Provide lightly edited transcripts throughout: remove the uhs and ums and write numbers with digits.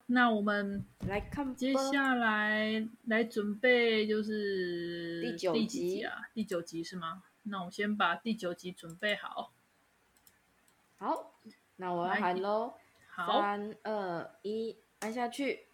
那我们来看吧。 接下来准备就是第九第几集集啊？第九集是吗？那我先把第九集准备好。 好，那我要来， 喊喽， 好， 3、2、1，按下去。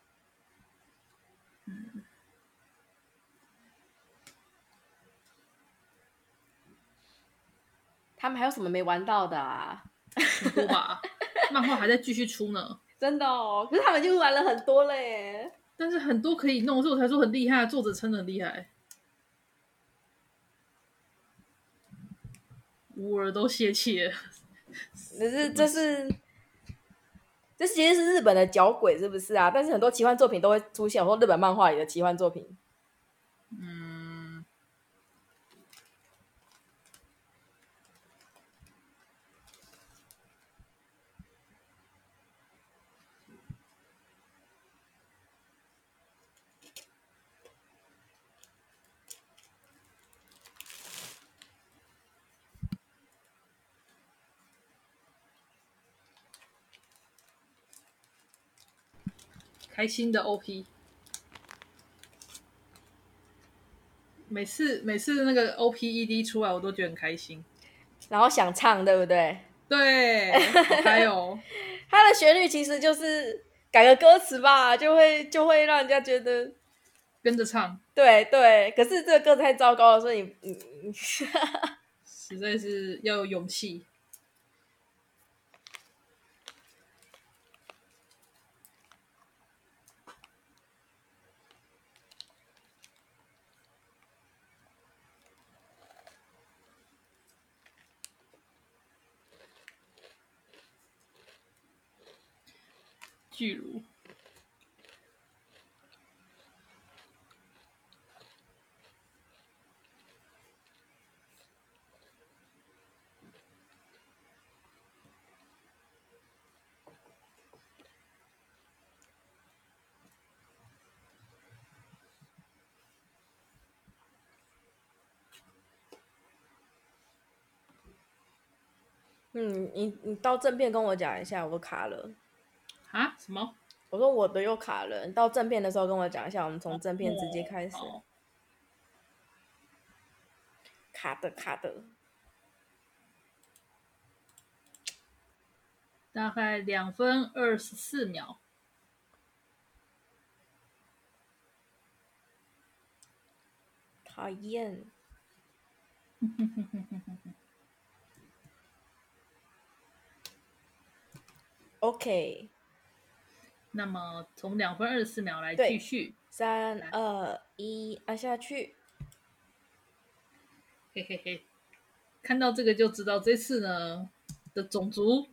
他们还有什么没玩到的啊？ 很多吧？漫画还在继续出呢， 真的哦，可是他们已经玩了很多了耶。 但是很多可以弄，所以我才说很厉害，作者真的很厉害。乌尔都泄气了， 这其实是日本的脚鬼，是不是啊？但是很多奇幻作品都会出现，我说日本漫画里的奇幻作品。 嗯，开心的 OP。每次那个 OPED 出来，我都觉得很开心。 然后想唱，对不对？ 对，好嗨哦！ 它的旋律其实就是改个歌词吧，就会让人家觉得跟着唱， 对对。可是这个歌词太糟糕了，所以你实在是要有勇气。巨乳， 你到正片跟我讲一下，我卡了。 啊？什么？ 我说我的又卡了，你到正片的时候跟我讲一下，我们从正片直接开始。 好， 卡的卡的， 大概2分24秒。 讨厌。OK， 那么从2分24秒来继对， 续。 3、2、1，按下去。 嘿嘿嘿，看到这个就知道这次呢的种族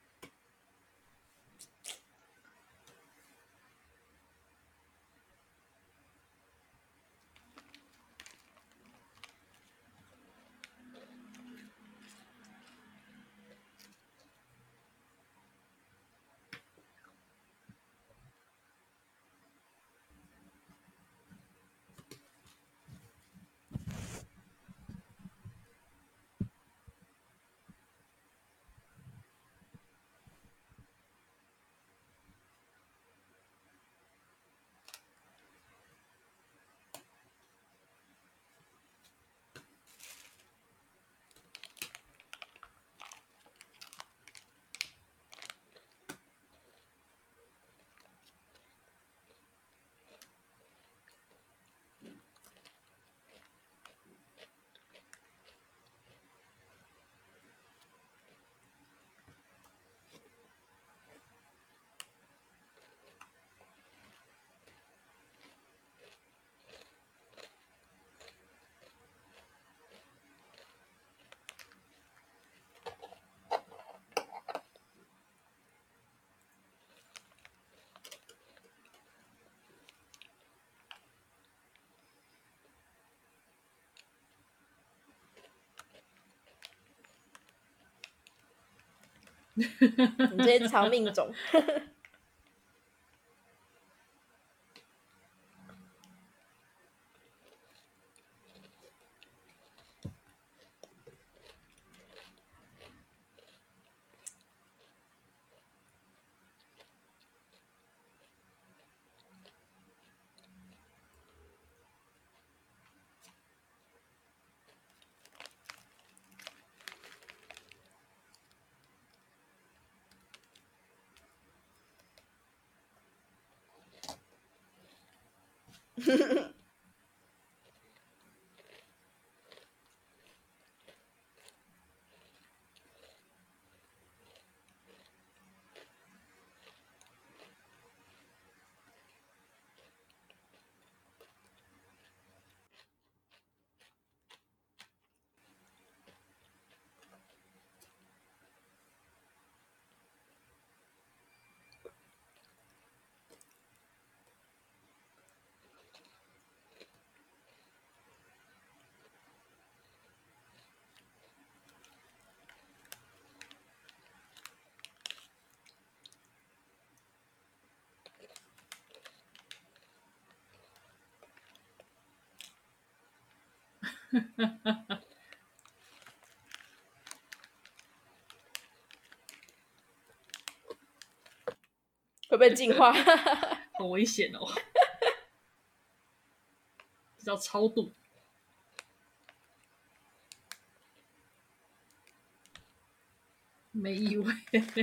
你这些长命种。 会被净化。 好危险哦！这叫超度。没意味。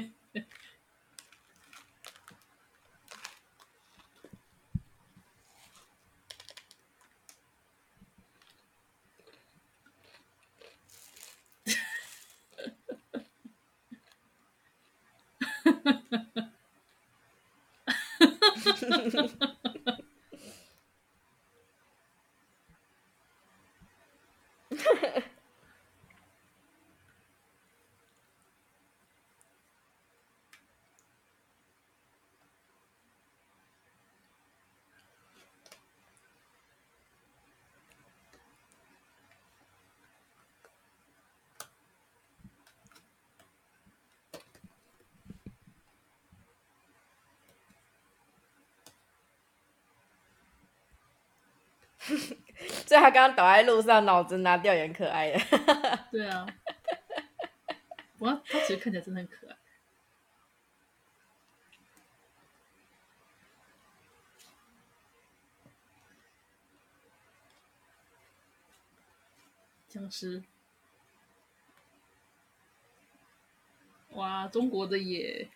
所以他刚刚倒在路上，脑子拿掉也很可爱的。 对啊，哇，他其实看起来真的很可爱。僵尸，哇，中国的耶！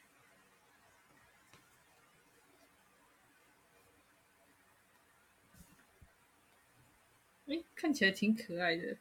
哎，看起来挺可爱的。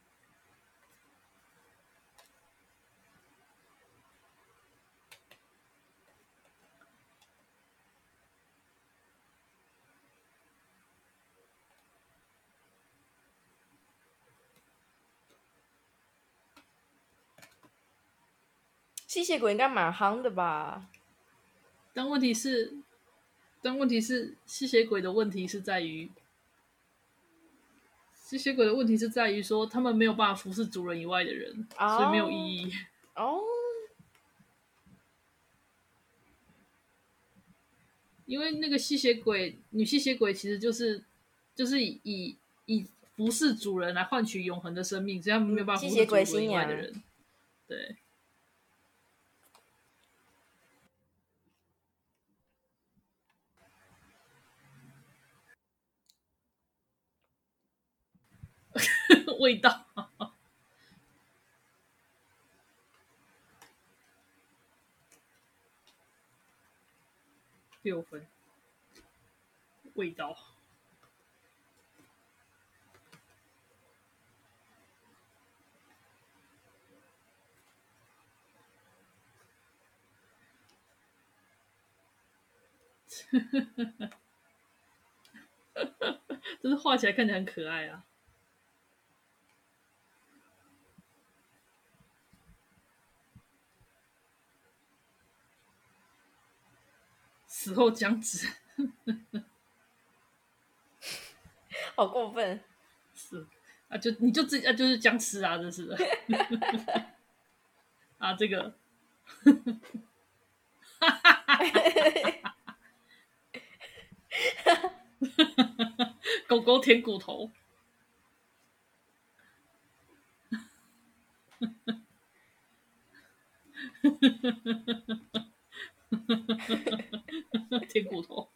吸血鬼应该蛮夯的吧？ 但问题是，吸血鬼的问题是在于，说他们没有办法服侍主人以外的人，所以没有意义。 哦， 因为那个吸血鬼，女吸血鬼其实就是以服侍主人来换取永恒的生命，所以他们没有办法服侍主人以外的人。对。味道6分，味道。就是画起来看起来很可爱啊。死后僵直， 好过分！ 是啊，你就自己啊，就是僵尸啊，真是的。啊，这个，狗狗舔骨头。舔骨头。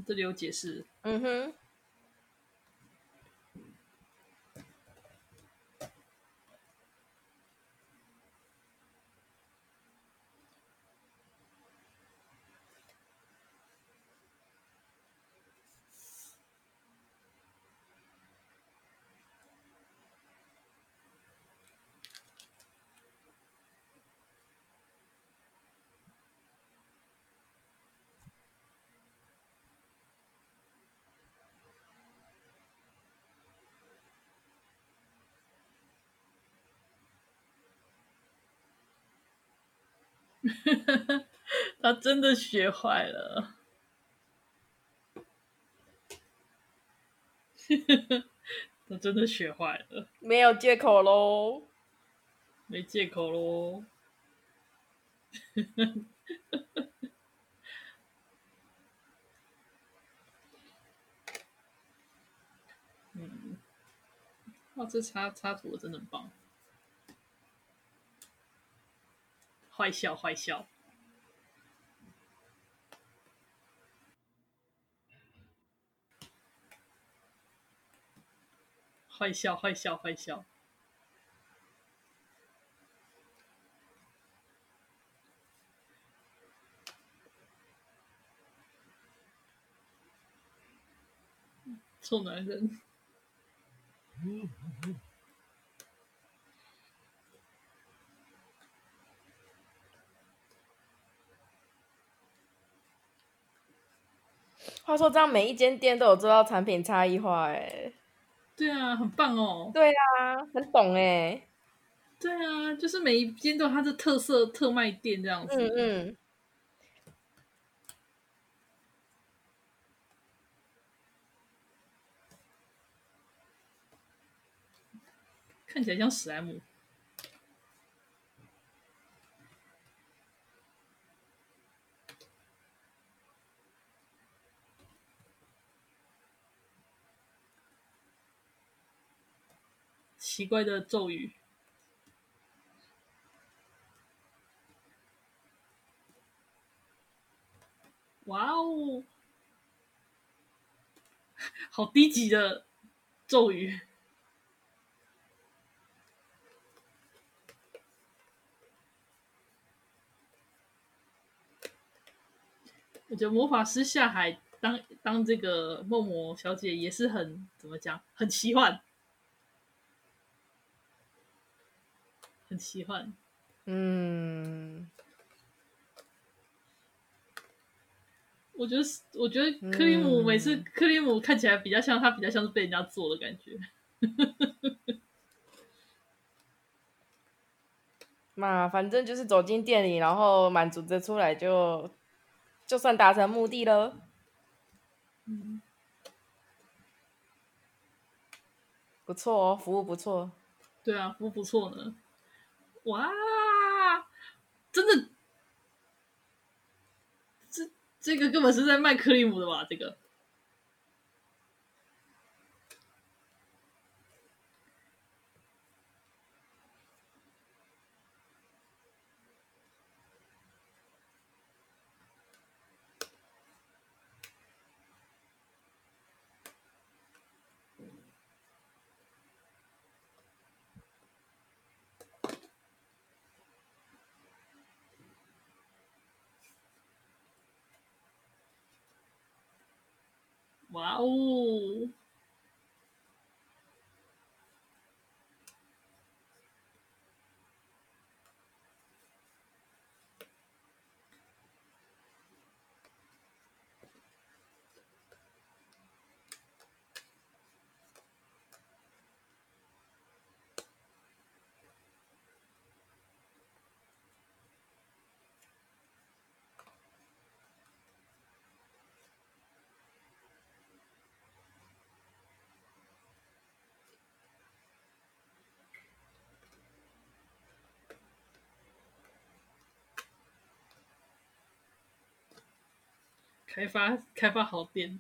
这里有解释。 嗯哼。 他真的学坏了。他真的学坏了， 没有借口咯， 没借口咯。嗯，哇，这插图真的很棒，坏笑坏笑。坏笑坏笑坏笑。臭男人。 话说这样每一间店都有做到产品差异化对啊，很棒哦。 对啊，很懂对啊，就是每一间都有它的特色特卖店这样子。 嗯嗯。 看起来像史莱姆。奇怪的咒语。哇哦，好低级的咒语。我觉得魔法师下海当这个梦魔小姐也是很怎么讲，很奇幻，很奇幻。 嗯。 我觉得克里姆每次克里姆看起来比较像他，比较像是被人家做的感觉。 嘛，反正就是走进店里，然后满足着出来就算达成目的了。 嗯， 不错哦，服务不错。 对啊，服务不错呢。哇，真的，这个根本是在卖克里姆的吧？这个。哇哦！开发好店。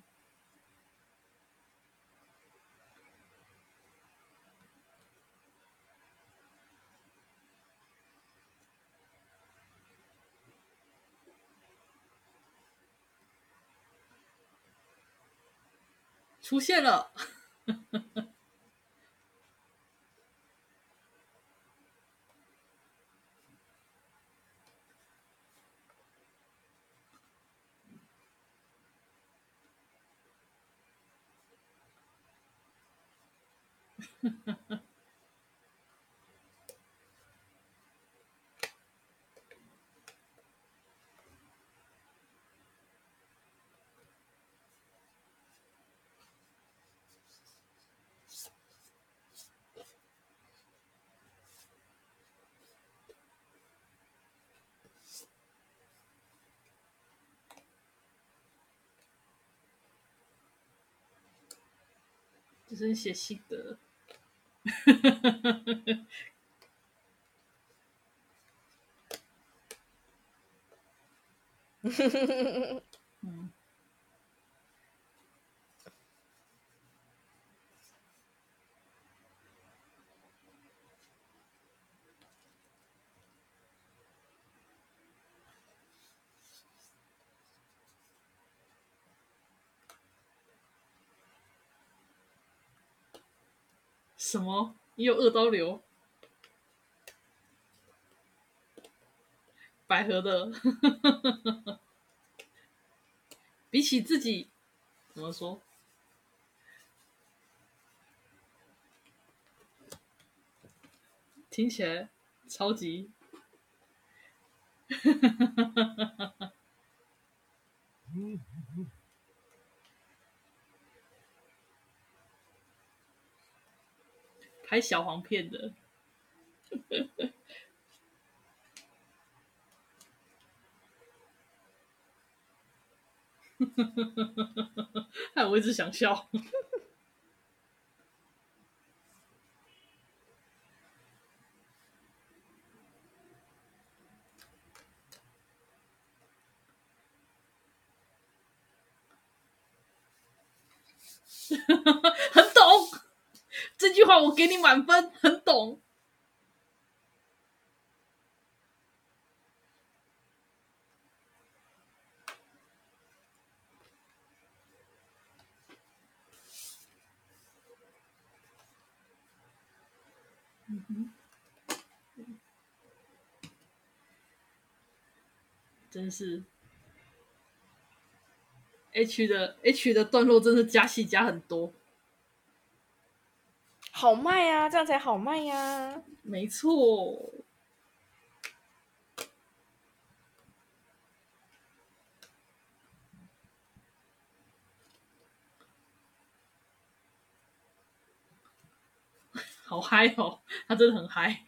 出现了。就是写心得。嗯，什么？你有2刀流？百合的。比起自己，怎么说？听起来超级。拍小黄片的。害我一直想笑。很懂这句话，我给你满分，很懂。真是 H 的段落真的加戏加很多。 好卖啊，这样才好卖呀。 没错。好嗨哦，他真的很嗨。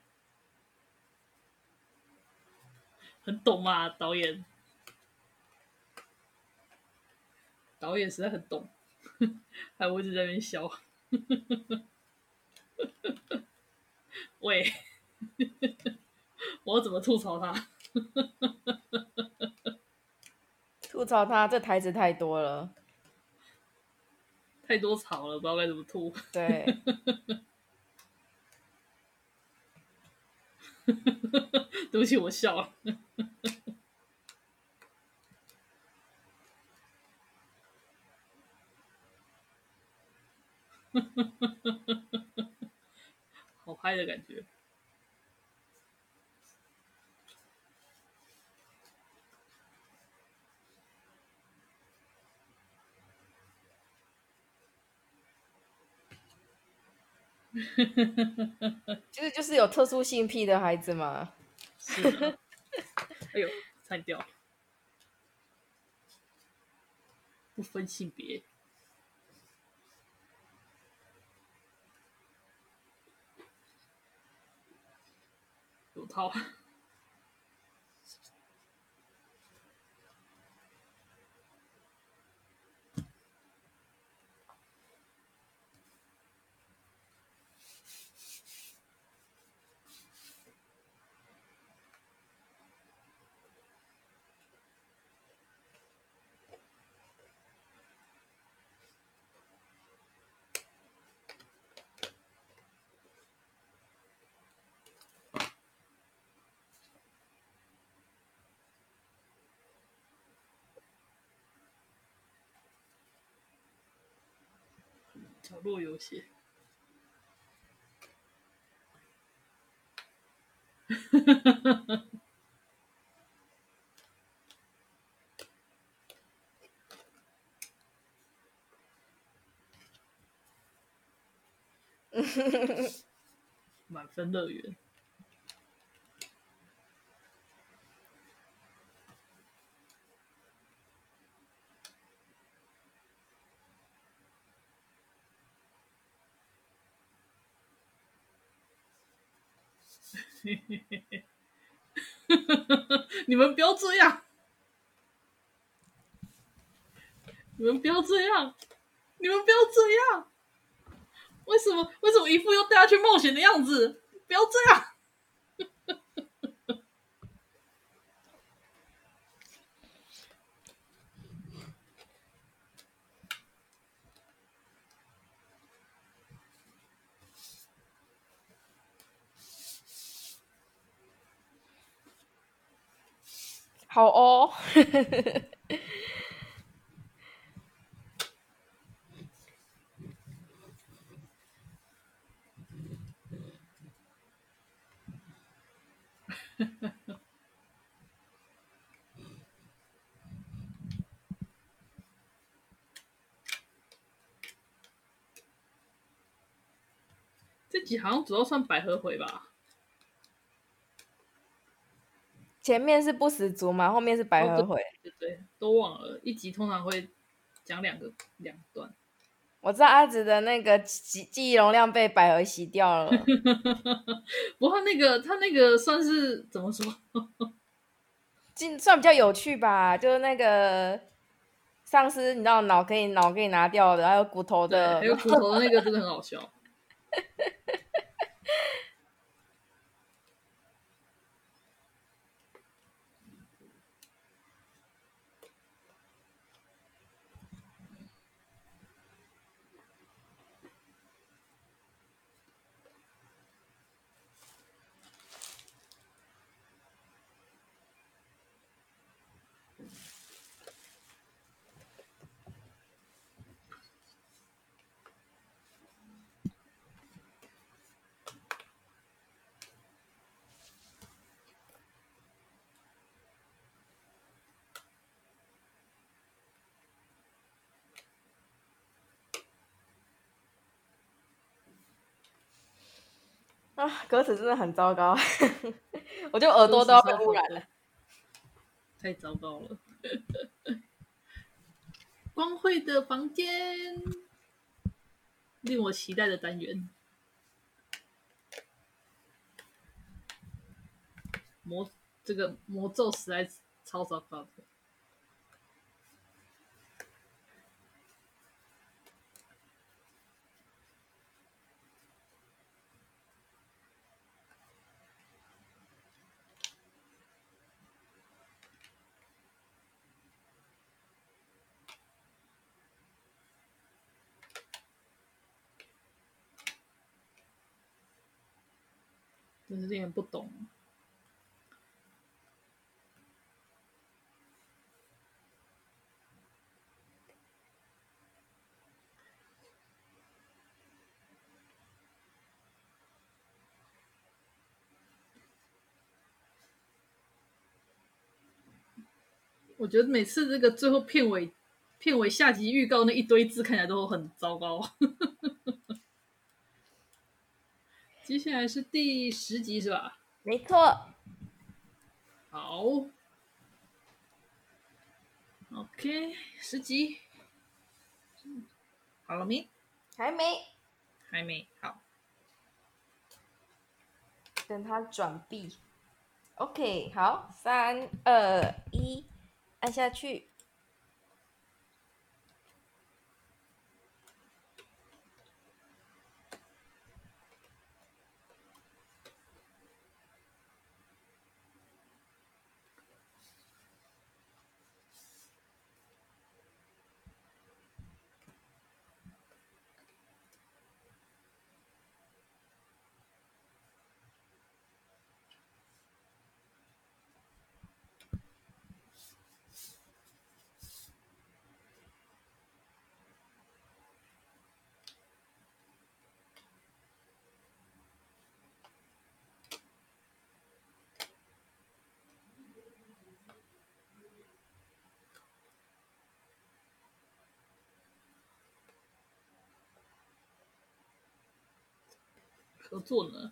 很懂嘛，导演。导演实在很懂。还我一直在那边笑。喂。我要怎么吐槽他？ 吐槽他这台词太多了， 太多槽了，不知道该怎么吐。 对。 对不起，我笑了。好嗨的感觉。 其实就是有特殊性癖的孩子嘛。 是的。哎呦，惨掉。不分性别。有套。 角落有血。满分乐园。你们不要这样，你们不要这样，你们不要这样！为什么一副要带他去冒险的样子？不要这样！ 好哦。 这集好像主要算百合回吧？ 前面是不死族嘛，后面是百合回。 对，都忘了。一集通常会讲两段。 我知道阿紫的那个记忆容量被百合洗掉了。 不过他那个算是怎么说？ 算比较有趣吧，就是那个丧尸，你知道脑可以拿掉的，还有骨头的， 还有骨头的那个真的很好笑。 啊，歌词真的很糟糕，我就耳朵都要被污染了， 太糟糕了。光辉的房间，令我期待的单元。这个魔咒实在超糟糕的。真是令人不懂。我觉得每次这个最后片尾下集预告那一堆字看起来都很糟糕。接下来是第10集是吧？ 没错。 好 ，OK， 10集，好了没？ 还没。 还没。好， 等它转币。OK， 好，3、2、1，按下去。 合作呢？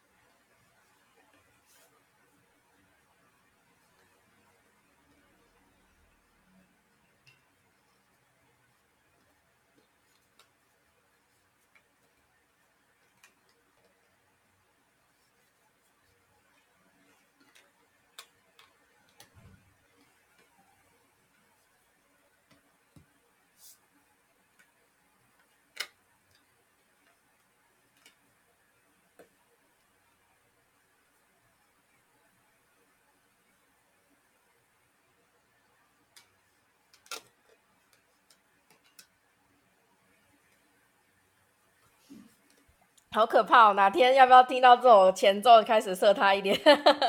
好可怕哦！哪天要不要听到这种前奏开始射他一点？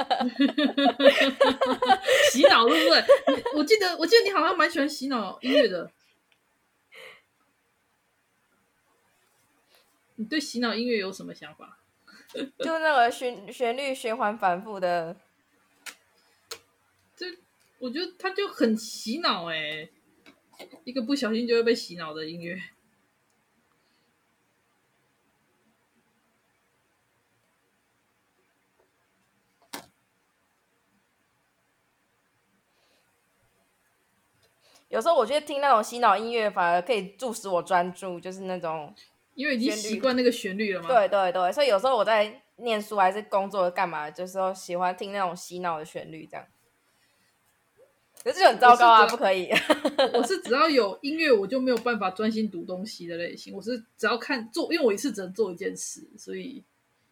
洗脑对不对？我记得你好像蛮喜欢洗脑音乐的。你对洗脑音乐有什么想法？ 就那个旋律循环反复的， 我觉得它就很洗脑一个不小心就会被洗脑的音乐。 有时候我觉得听那种洗脑音乐反而可以助使我专注，就是那种因为已经习惯那个旋律了嘛。 对对对，所以有时候我在念书还是工作干嘛，就是说喜欢听那种洗脑的旋律这样。可是就很糟糕啊，不可以。 我是只要有音乐，我就没有办法专心读东西的类型。我是只要做，因为我一次只能做一件事，所以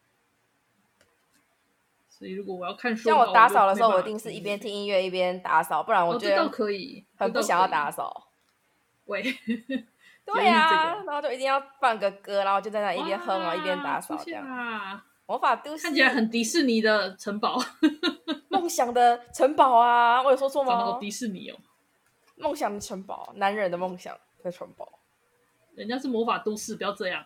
如果我要看书， 像我打扫的时候，我一定是一边听音乐一边打扫，不然我觉得可以很不想要打扫。 喂， 对呀，然后就一定要放个歌，然后就在那一边哼啊一边打扫这样。魔法都市看起来很迪士尼的城堡， 梦想的城堡啊！我有说错吗？ 好迪士尼哦， 梦想的城堡，男人的梦想的城堡。 人家是魔法都市，不要这样。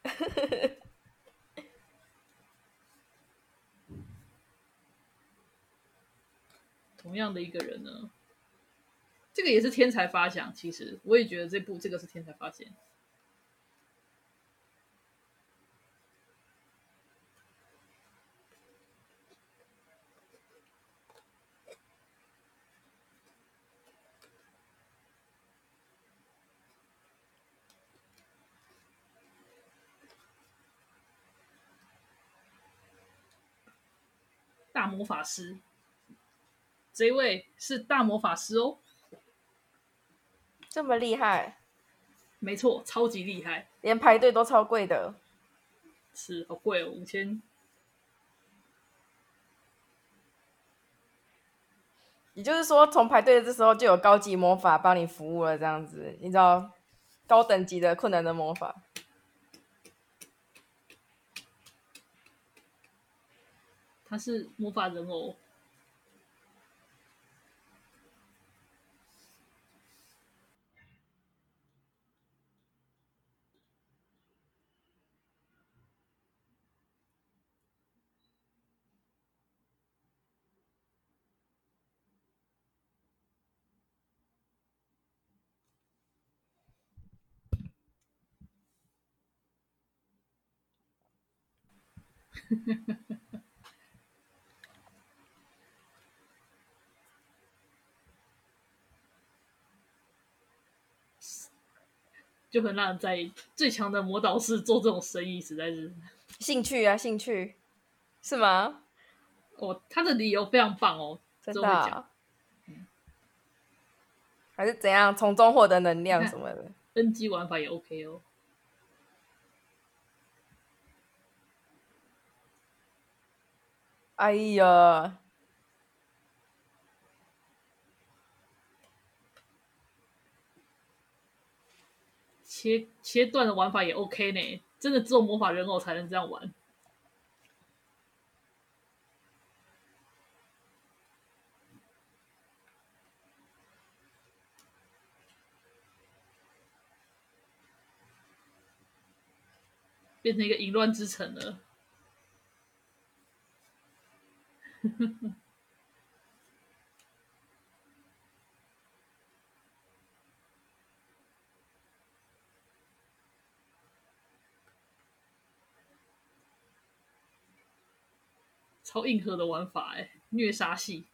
同样的一个人呢，这个也是天才发想。其实我也觉得这个是天才发现。大魔法师，这位是大魔法师哦， 这么厉害？ 没错，超级厉害， 连排队都超贵的， 是好贵哦，5000。 也就是说，从排队的这时候就有高级魔法帮你服务了，这样子，你知道，高等级的困难的魔法。 他是魔法人偶。就很让人在意，最强的魔导士做这种生意实在是兴趣啊，兴趣是吗？ 哦，他的理由非常棒哦， 真的啊？还是怎样从中获得能量什么的 ？NG 玩法也 OK 哦。 哎呀， 切断的玩法也 OK 呢，真的只有魔法人偶才能这样玩。变成一个淫乱之城了。 超硬核的玩法虐杀系。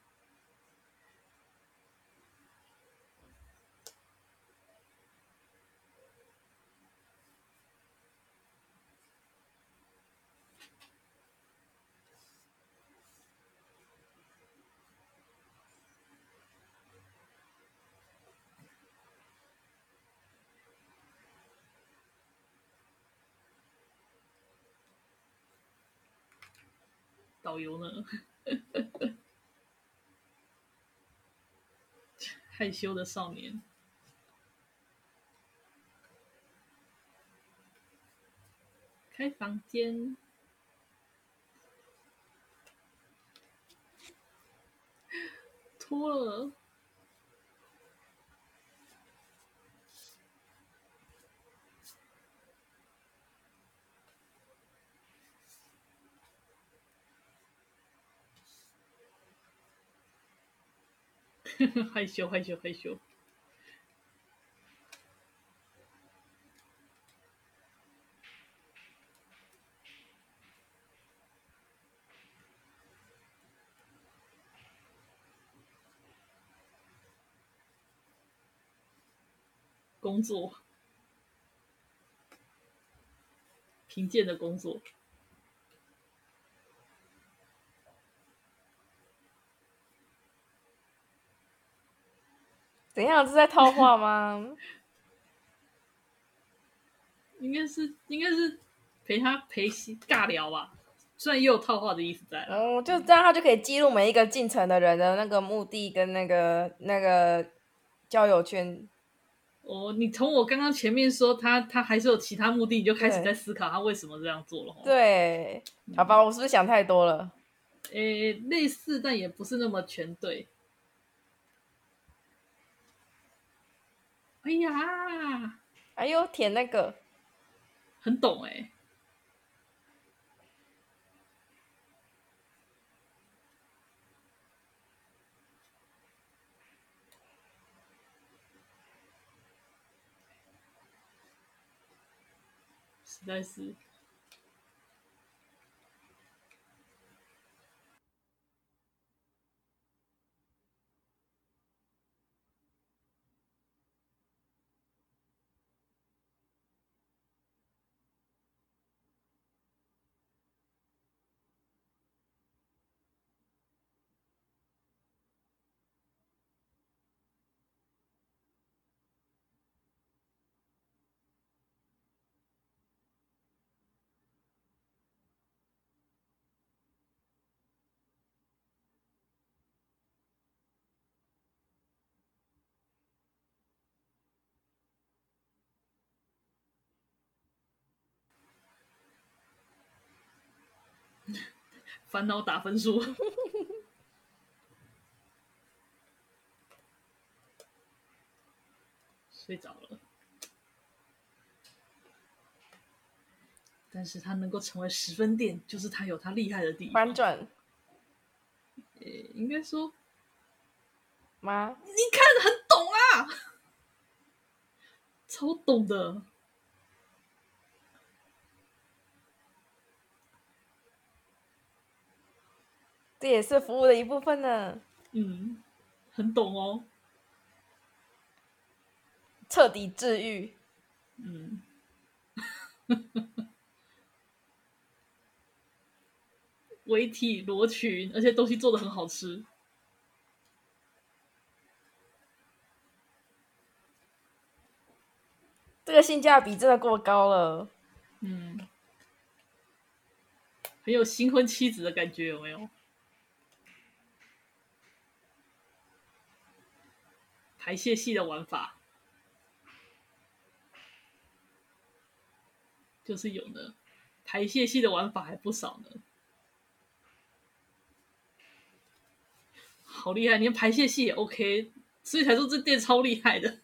导游呢？害羞的少年。开房间。脱了。害羞害羞害羞。工作。贫贱的工作。 怎样？是在套话吗？ 应该是陪他尬聊吧，虽然也有套话的意思在啦。 就这样，他就可以记录每一个进城的人的那个目的跟那个交友圈。 你从我刚刚前面说他还是有其他目的，你就开始在思考他为什么这样做了。 对，好吧，我是不是想太多了？ 类似，但也不是那么全对。哎呀， 哎呦，舔那个， 很懂实在是。烦恼打分数。睡着了。但是他能够成为10分店，就是他有他厉害的地方。 反转。 应该说吗？ 你看很懂啊，超懂的。 这也是服务的一部分呢。 很懂哦。 彻底治愈。 围体罗裙，而且东西做的很好吃。 这个性价比真的过高了。 很有新婚妻子的感觉，有没有？排泄系的玩法就是有呢，排泄系的玩法还不少呢。好厉害，连排泄系也 OK， 所以才说这店超厉害的。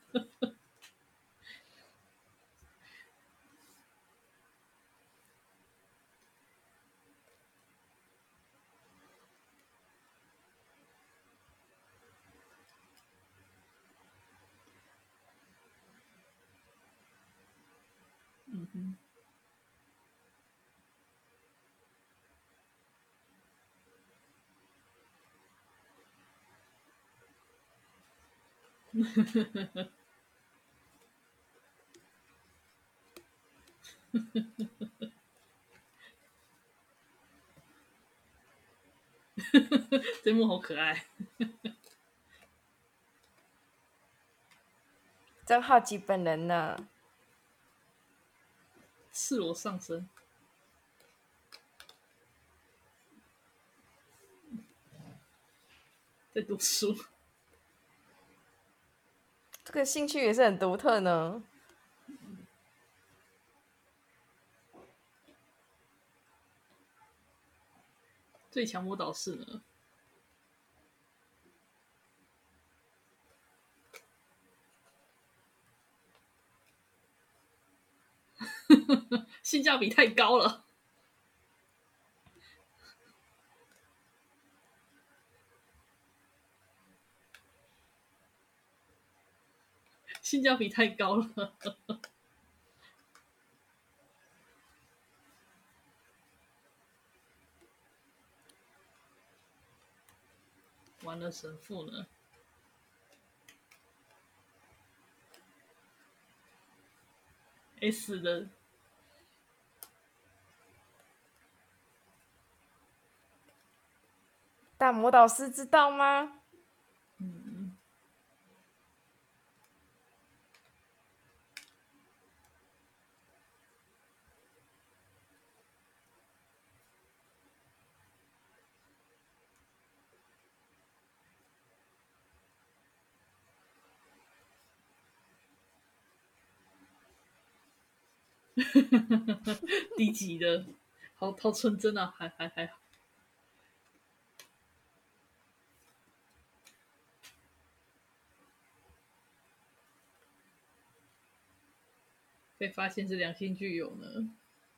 这幕好可爱。 真好奇本人呢， 赤裸上身，在读书。 这个兴趣也是很独特呢。 最强魔导士呢？性价比太高了。性价比太高了。完了，神父呢？S 的大魔导师知道吗？ 低级的，好纯真啊，还好。被发现是良心具有呢。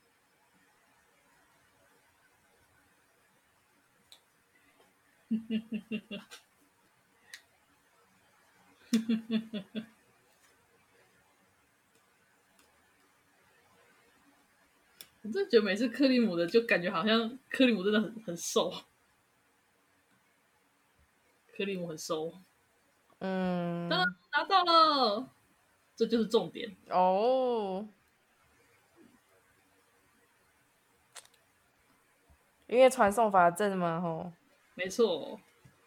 我真的觉得每次克里姆的就感觉好像克里姆真的很瘦，克里姆很瘦。拿到了，这就是重点哦。因为传送法阵嘛，吼。 没错。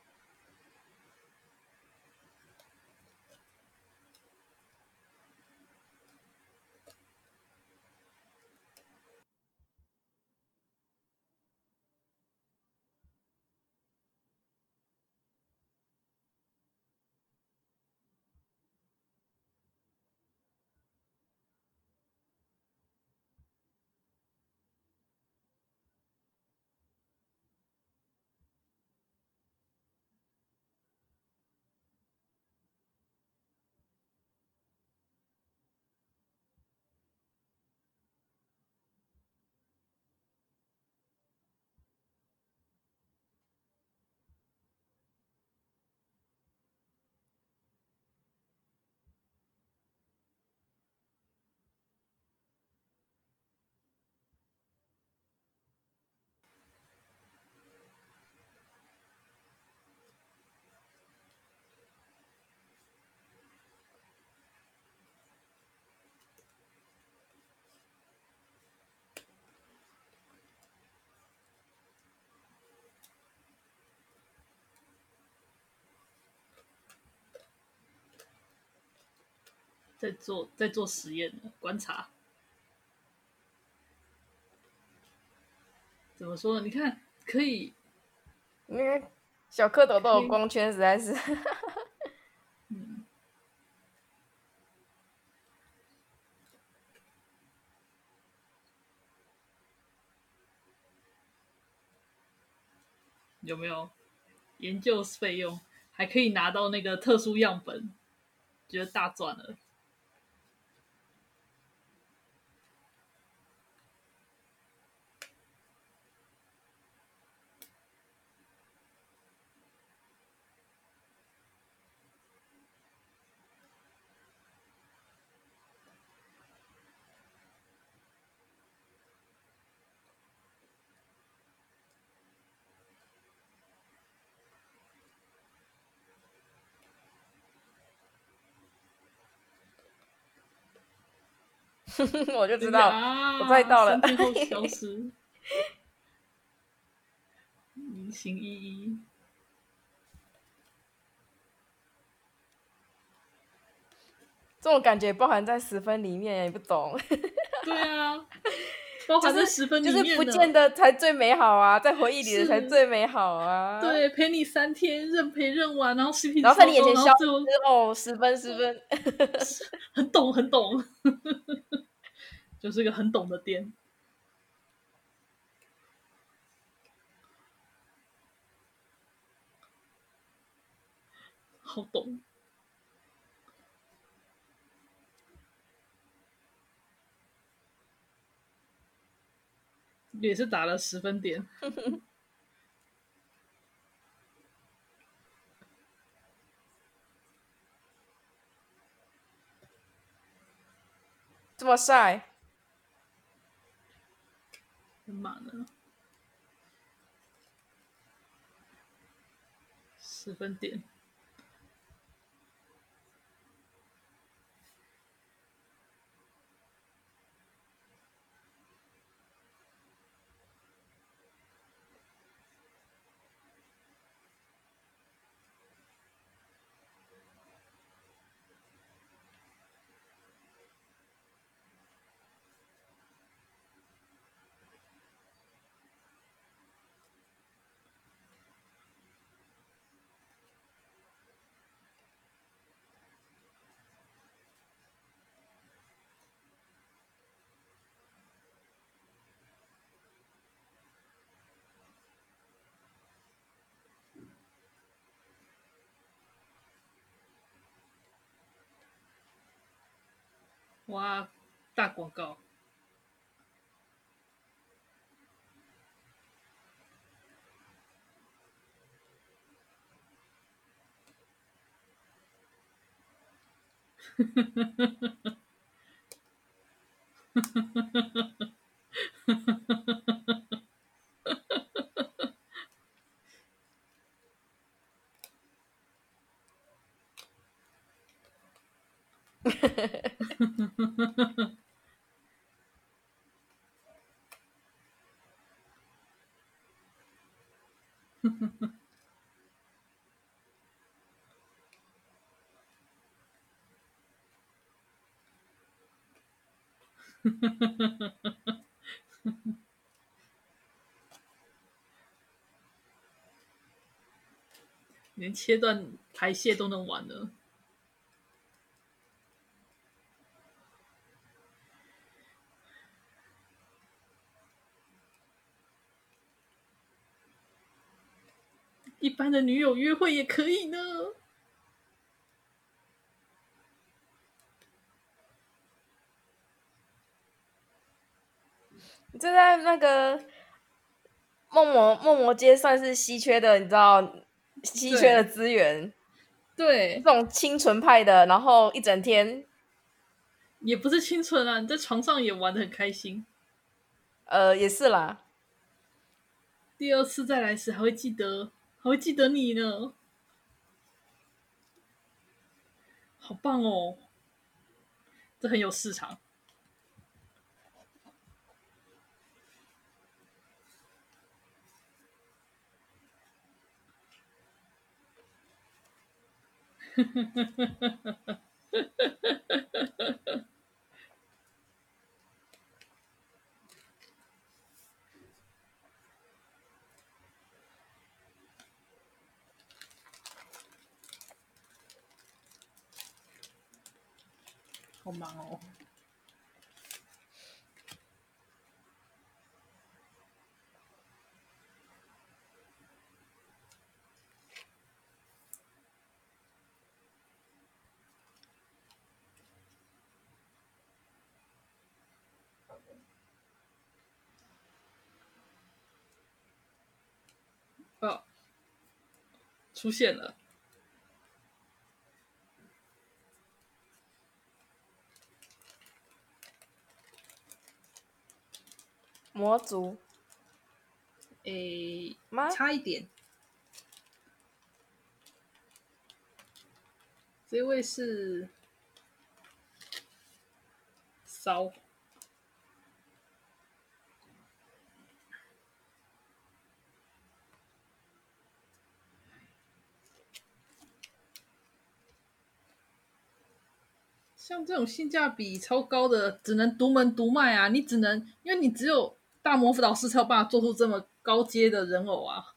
在做实验的观察。怎么说呢？你看，可以， 因为小蝌蚪都有光圈，实在是。 有没有研究费用？还可以拿到那个特殊样本，觉得大赚了。 我就知道，我猜到了。 3天后消失。明星依依， 这种感觉包含在10分里面，你不懂。 对啊，包含在10分里面就是不见得才最美好啊，在回忆里的才最美好啊。 对，陪你3天，任陪任玩，然后 CP 然后在你眼前消失之后，10分10分， 很懂很懂，就是个很懂的店。好懂，也是打了10分点。 这么帅， 很满了10分点。哇，大广告！连切断排泄都能玩了。一般的女友约会也可以呢。 这在那个梦魔街算是稀缺的，你知道稀缺的资源。 对， 这种清纯派的，然后一整天， 也不是清纯啊，你在床上也玩得很开心。 也是啦。 第2次再来时还会记得你呢，好棒哦，这很有市场。好忙哦。哦，出现了。 魔族吗？ 差一点。这位是骚像这种性价比超高的，只能独门独卖啊！你只能，因为你只有大魔法导师才有办法做出这么高阶的人偶啊。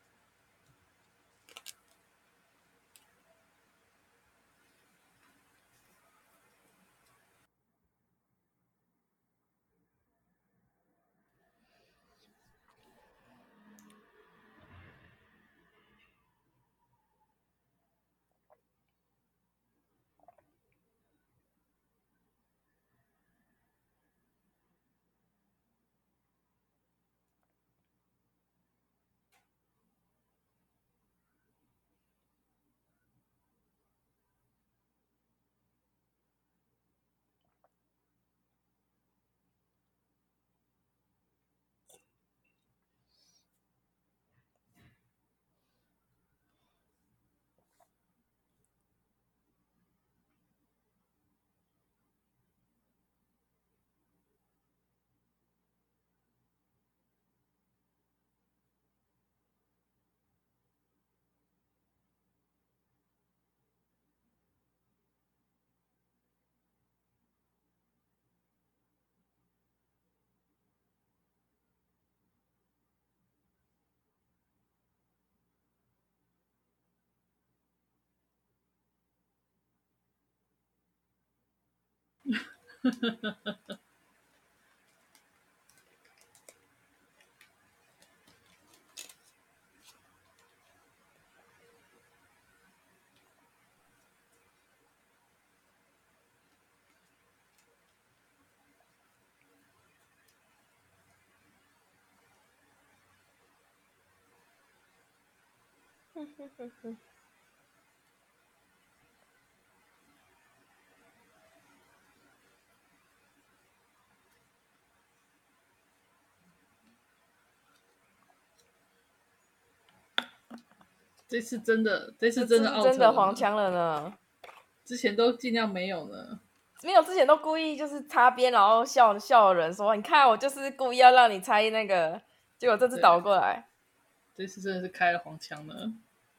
这次真的真的黄腔了呢。 之前都尽量没有呢。 没有，之前都故意就是擦边，然后笑人说：“你看，我就是故意要让你猜那个。”结果这次倒过来， 这次真的是开了黄腔了。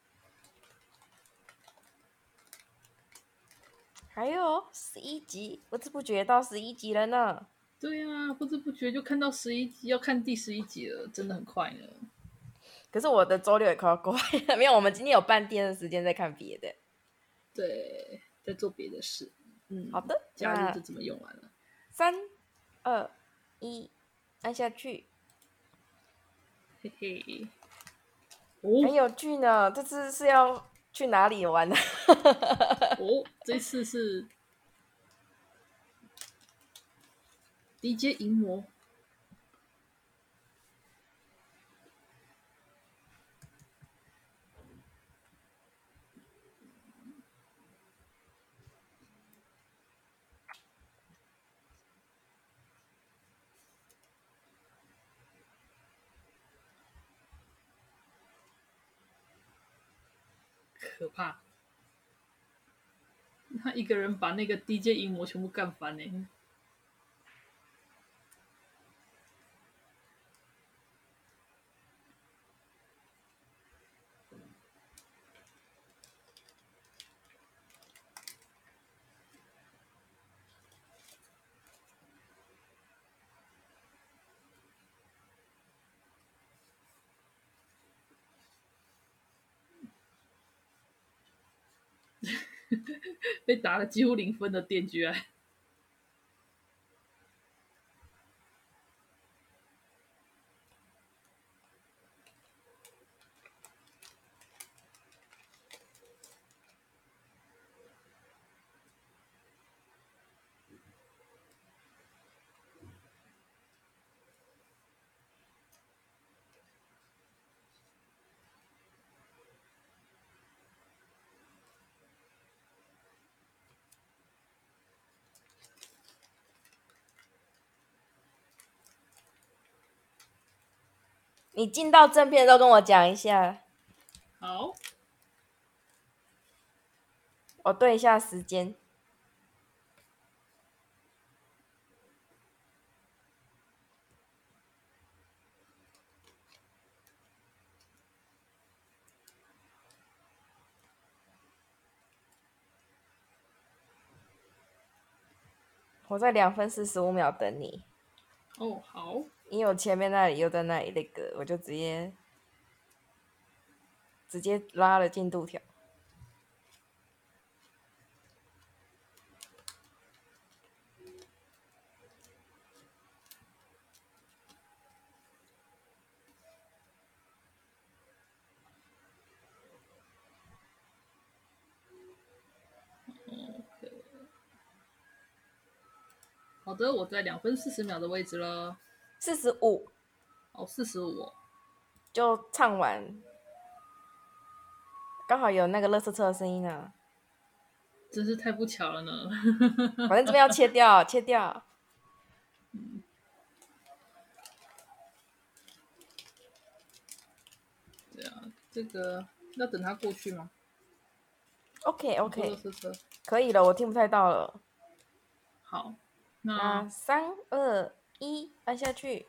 还有11集，不知不觉到11集了呢。 对啊，不知不觉就看到11集，要看第11集了，真的很快呢。 可是我的周六也快要过了，没有，我们今天有半天的时间在看别的。 对，在做别的事。 好的， 假日就这么用完了。 3、2、1，按下去。 嘿嘿。 很有趣呢，这次是要去哪里玩呢？ 这次是 DJ 银魔。可怕！他一个人把那个 DJ 银魔全部干翻呢。被打了几乎0分的电锯案。 你进到正片都跟我讲一下。 好， 我对一下时间。 我在2分45秒等你。 哦，好。 因为我前面那里又在那里那个，我就直接拉了进度条。 好的，我在2分40秒的位置了。 45。 哦，45哦。 就唱完，刚好有那个垃圾车的声音啊。 真是太不巧了呢。 反正这边要切掉，切掉。 对啊，这个要等他过去吗 OK 垃 OK， 圾车。 可以了，我听不太到了。 好， 那3、2、1，按下去。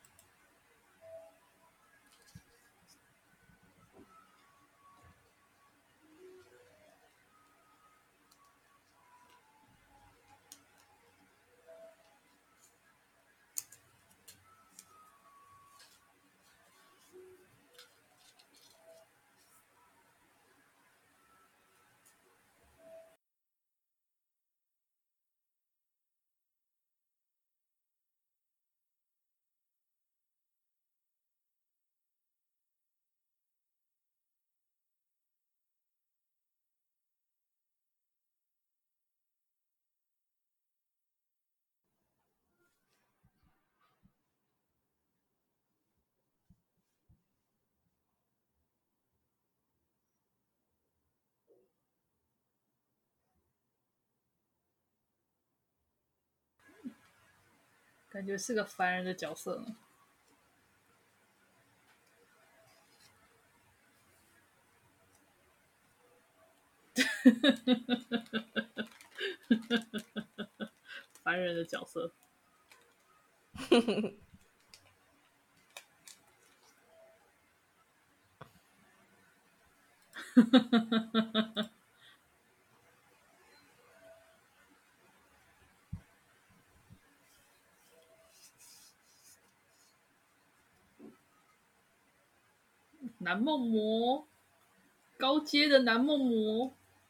感觉是个烦人的角色呢。烦人的角色。南梦魔，高阶的南梦魔。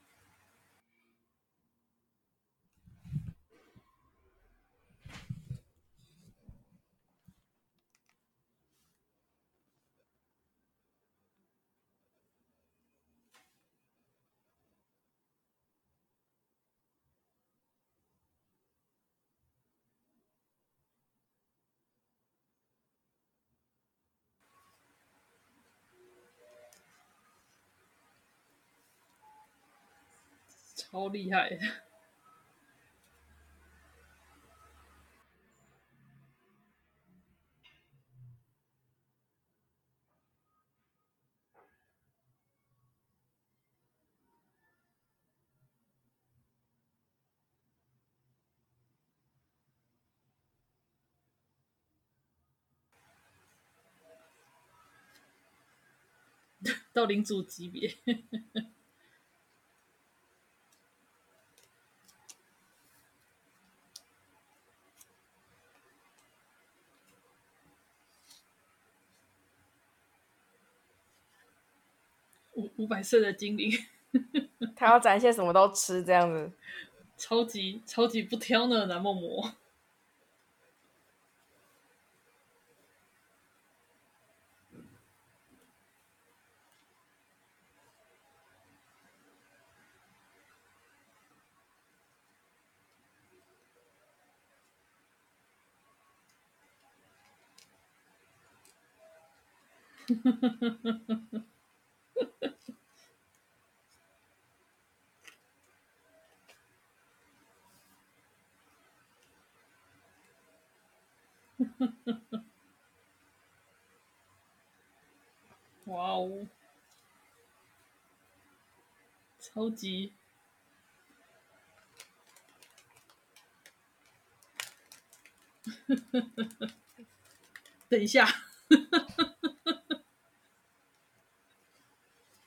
超厉害的。到领主级别。500岁的精灵。 他要展现什么都吃，这样子。 超级不挑呢，南梦魔。哇哦，超级。等一下。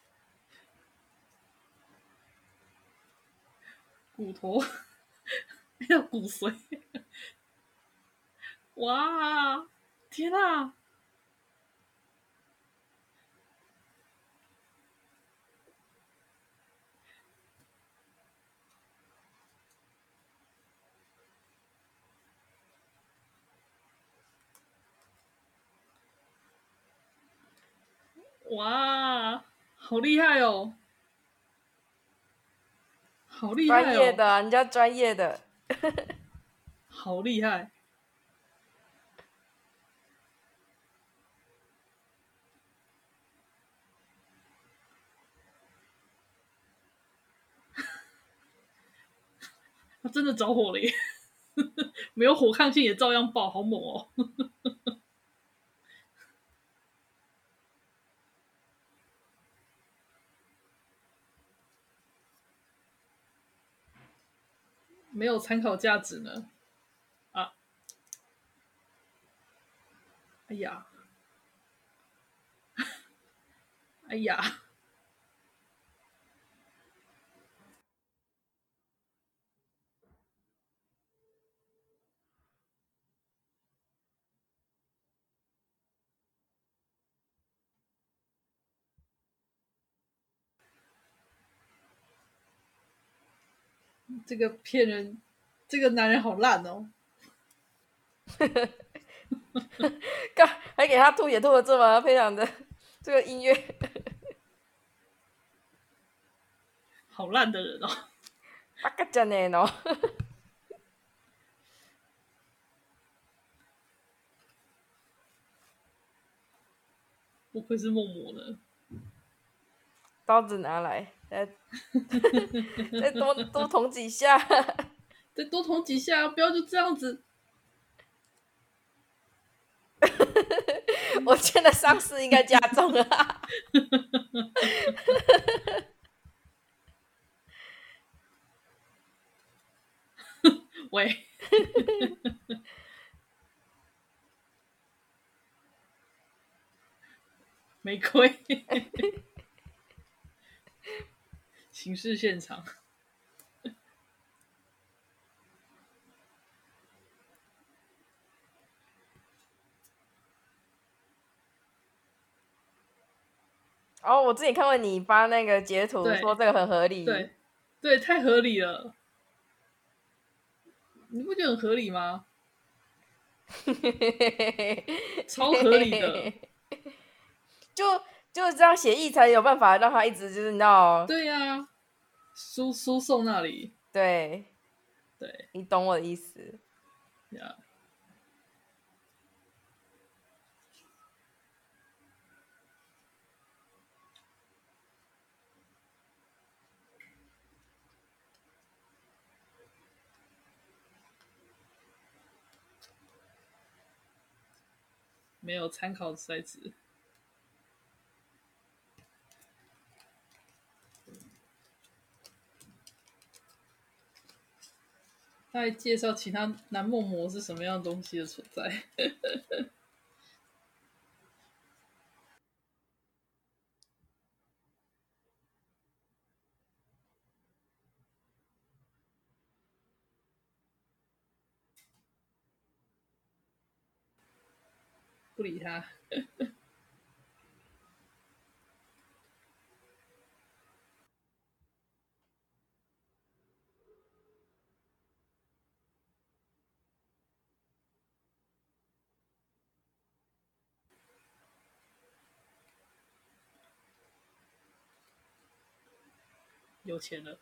骨头。 要骨髓，哇，天啊！哇，好厉害哦！好厉害哦！ 专业的、啊，人家专业的， 好厉害！他真的着火了耶！没有火抗性也照样爆，好猛哦！没有参考价值呢。啊，哎呀，哎呀，这个骗人，这个男人好烂哦！ 干还给他吐也吐的这么非常的这个音乐， 好烂的人哦！ 八个真的哦。 不愧是梦魔呢。 刀子拿来，再多捅几下。 再多捅几下，不要就这样子。 我觉得伤势应该加重了。 喂，没亏。刑事现场。 哦，我之前看过你发那个截图，说这个很合理。 对，对，太合理了。你不觉得很合理吗？超合理的。 就这样协议才有办法让他一直就是你知道。 对呀、啊，输送那里。 对， 对你懂我的意思。 呀，没有参考赛制。他还介绍其他男梦魔是什么样东西的存在。不理他。有钱了。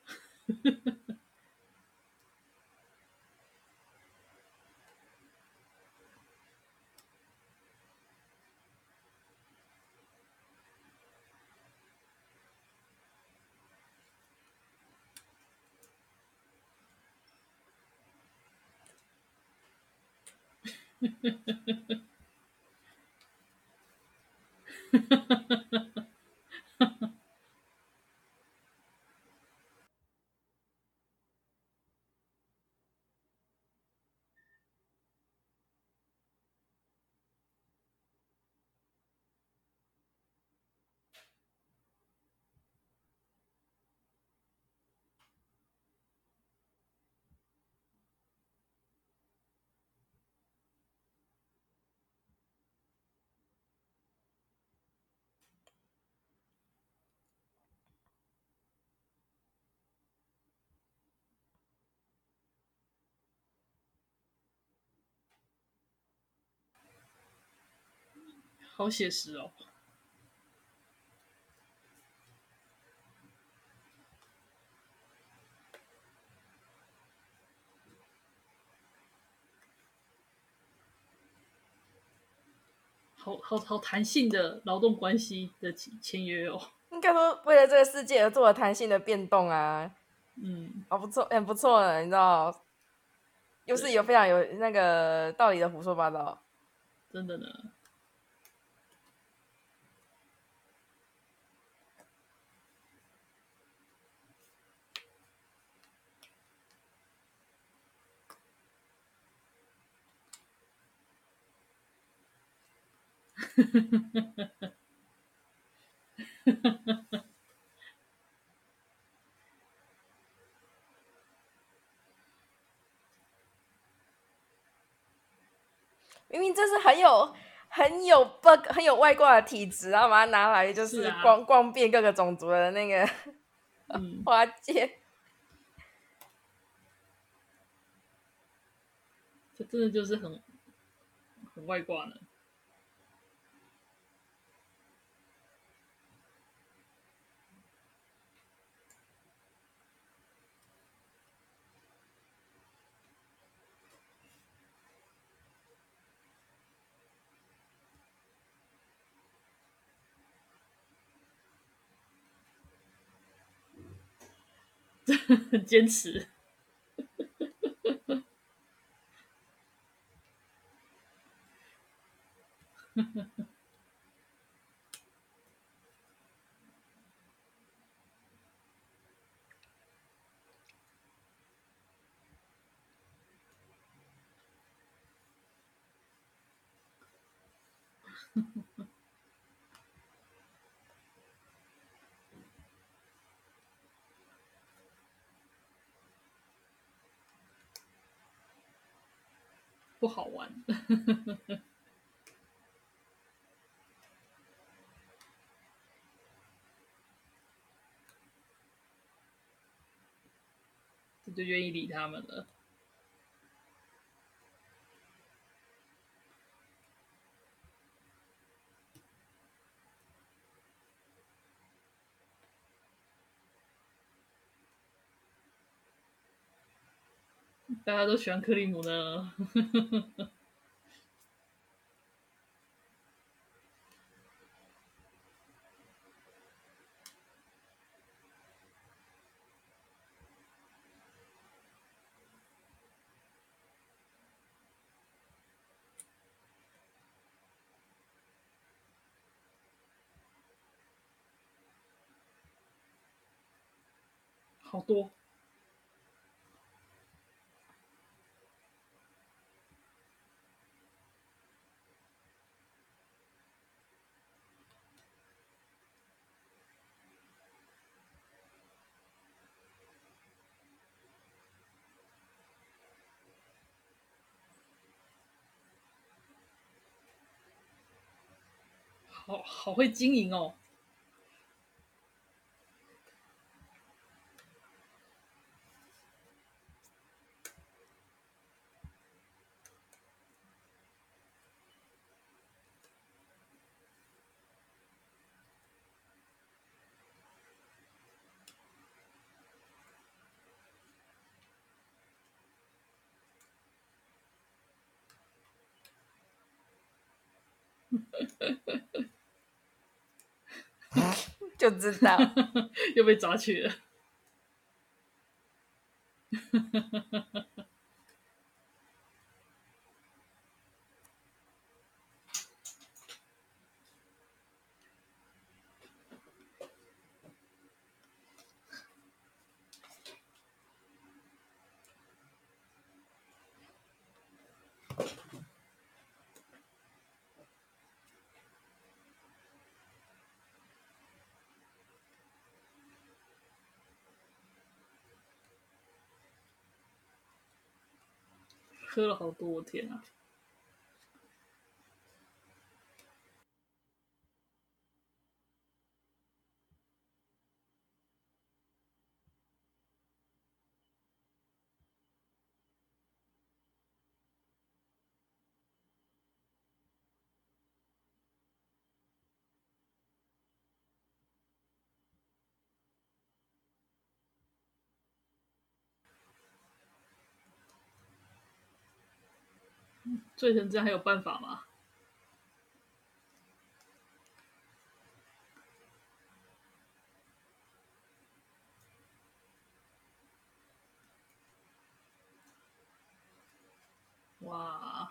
好写实哦。好弹性的劳动关系的签约哦。 应该说为了这个世界而做了弹性的变动啊。好不错，很不错的，你知道，又是有非常有那个道理的胡说八道。 真的呢。 明明这是很有 bug 很有外挂的体质，然后把它拿来就是逛遍各个种族的那个花界。 这真的就是很外挂呢。很坚持。不好玩。这就愿意理他们了。大家都喜欢克里姆呢。好多。好会经营哦。 就知道。 又被抓去了。喝了好多，我天啊！ 醉成这样还有办法吗？哇！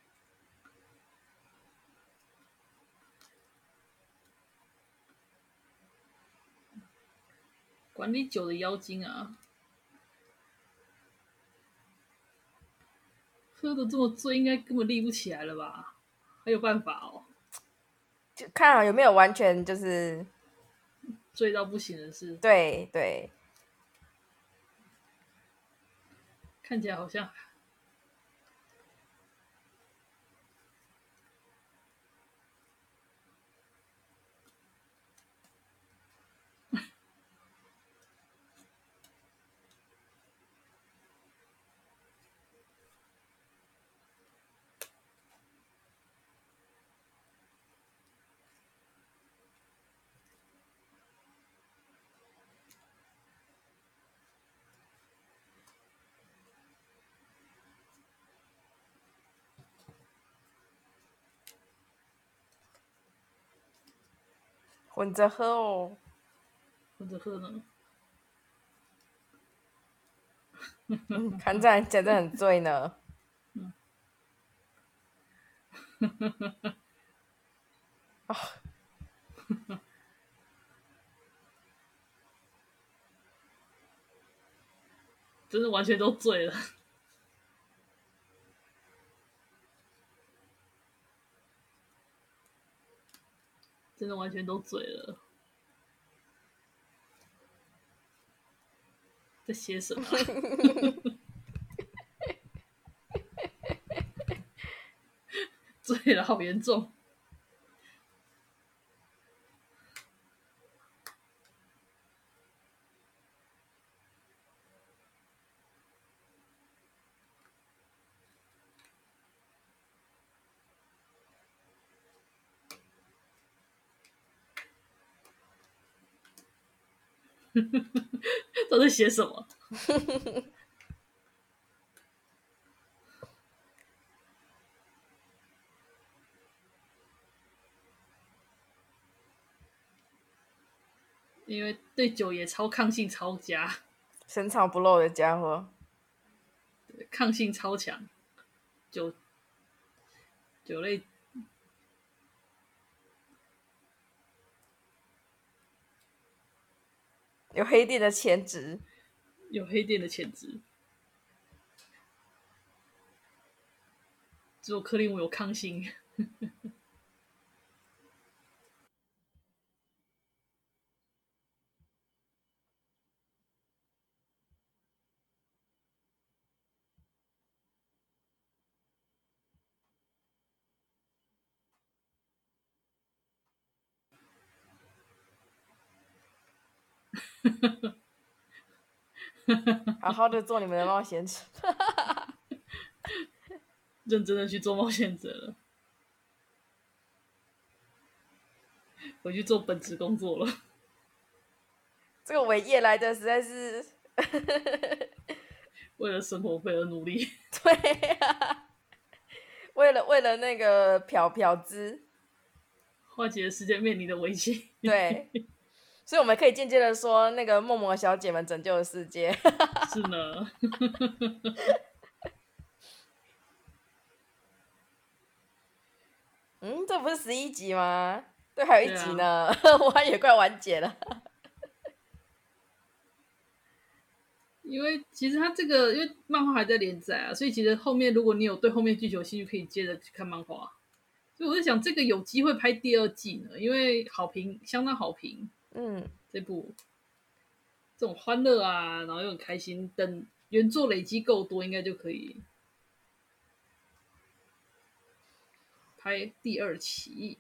管理酒的妖精啊，喝的这么醉，应该根本立不起来了吧？还有办法哦？ 就看好有没有完全就是醉到不行的事。 对对， 看起来好像混着喝哦， 混着喝呢。 看起来真的很醉呢。哦， 真的完全都醉了，真的完全都醉了，在写什么、啊？醉了，好严重。都在写什么？因为对酒也超抗性超佳， 深藏不露的家伙， 抗性超强，酒类有黑店的潜质， 有黑店的潜质，只有克林姆有抗性。 好好的做你们的冒险者。 认真的去做冒险者了，回去做本职工作了。 这个伟业来的实在是为了生活费而努力。 对啊，为了那个漂资， 化解世界面临的危机。 对，所以我们可以间接的说，那个梦魔小姐们拯救了世界。 是呢。 嗯，这不是11集吗？对，还有一集呢， 啊、 我还以为快完结了。 因为其实它这个，因为漫画还在连载啊，所以其实后面如果你有对后面剧情有兴趣，可以接着去看漫画。所以我在想，这个有机会拍第二季呢，因为好评相当好评。 嗯， 这部这种欢乐啊，然后又很开心，等原作累积够多，应该就可以拍第二期。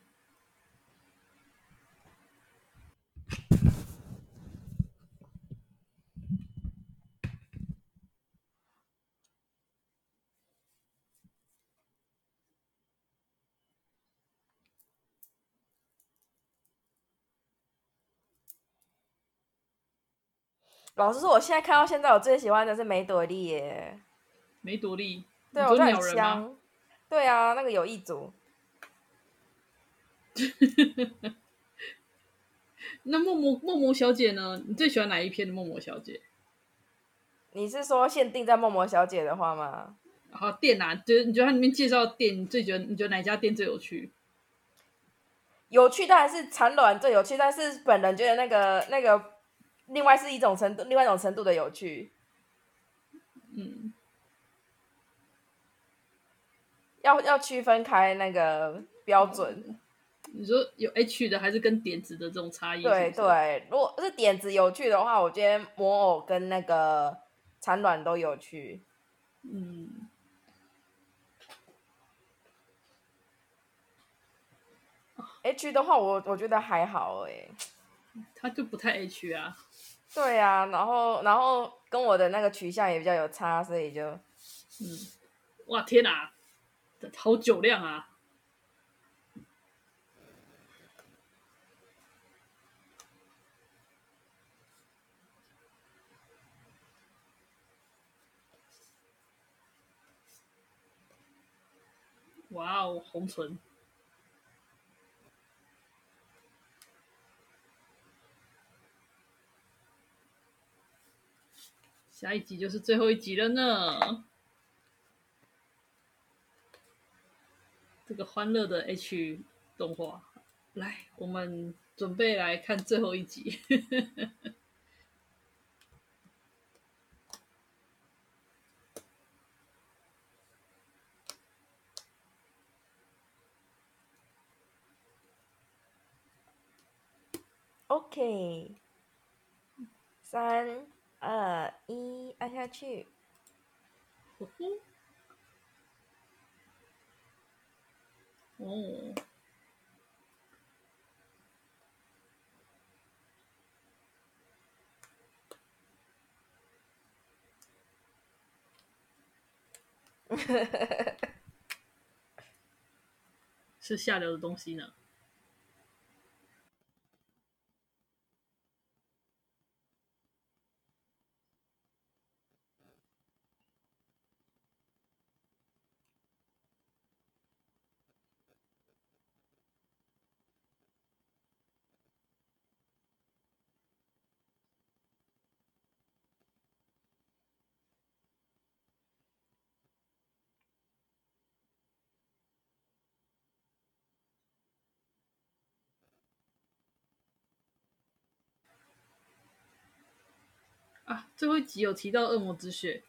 老实说，我现在看到现在，我最喜欢的是梅朵莉耶。 梅朵莉， 对， 你说我觉得很鸟人吗？ 香。 对啊，那个有一组。 那默默小姐呢？你最喜欢哪一篇的默默小姐？ 你是说限定在默默小姐的话吗？ 好，店啊，就是你觉得它里面介绍的店，你觉得哪家店最有趣？ 有趣当然是产卵最有趣，但是本人觉得那个另外是一种程度，另外一种程度的有趣。 嗯， 要区分开那个标准。 你说有 H 的还是跟点子的这种差异，是不是？ 对对，如果是点子有趣的话，我觉得魔偶跟那个产卵都有趣。 嗯， H 的话我觉得还好它就不太 H 啊。 对啊，然后跟我的那个取向也比较有差，所以就哇，天哪，好酒量啊！哇哦，红唇。下一集就是最后一集了呢。这个欢乐的 H 动画，来，我们准备来看最后一集。 OK。3、2、1，按下去。 哦，是下流的东西呢。啊，最后一集有提到恶魔之血。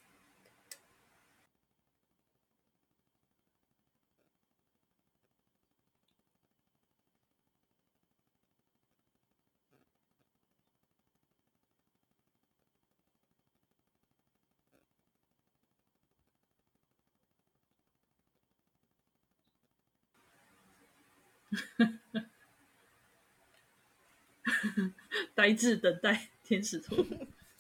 呆滞等待天使托付。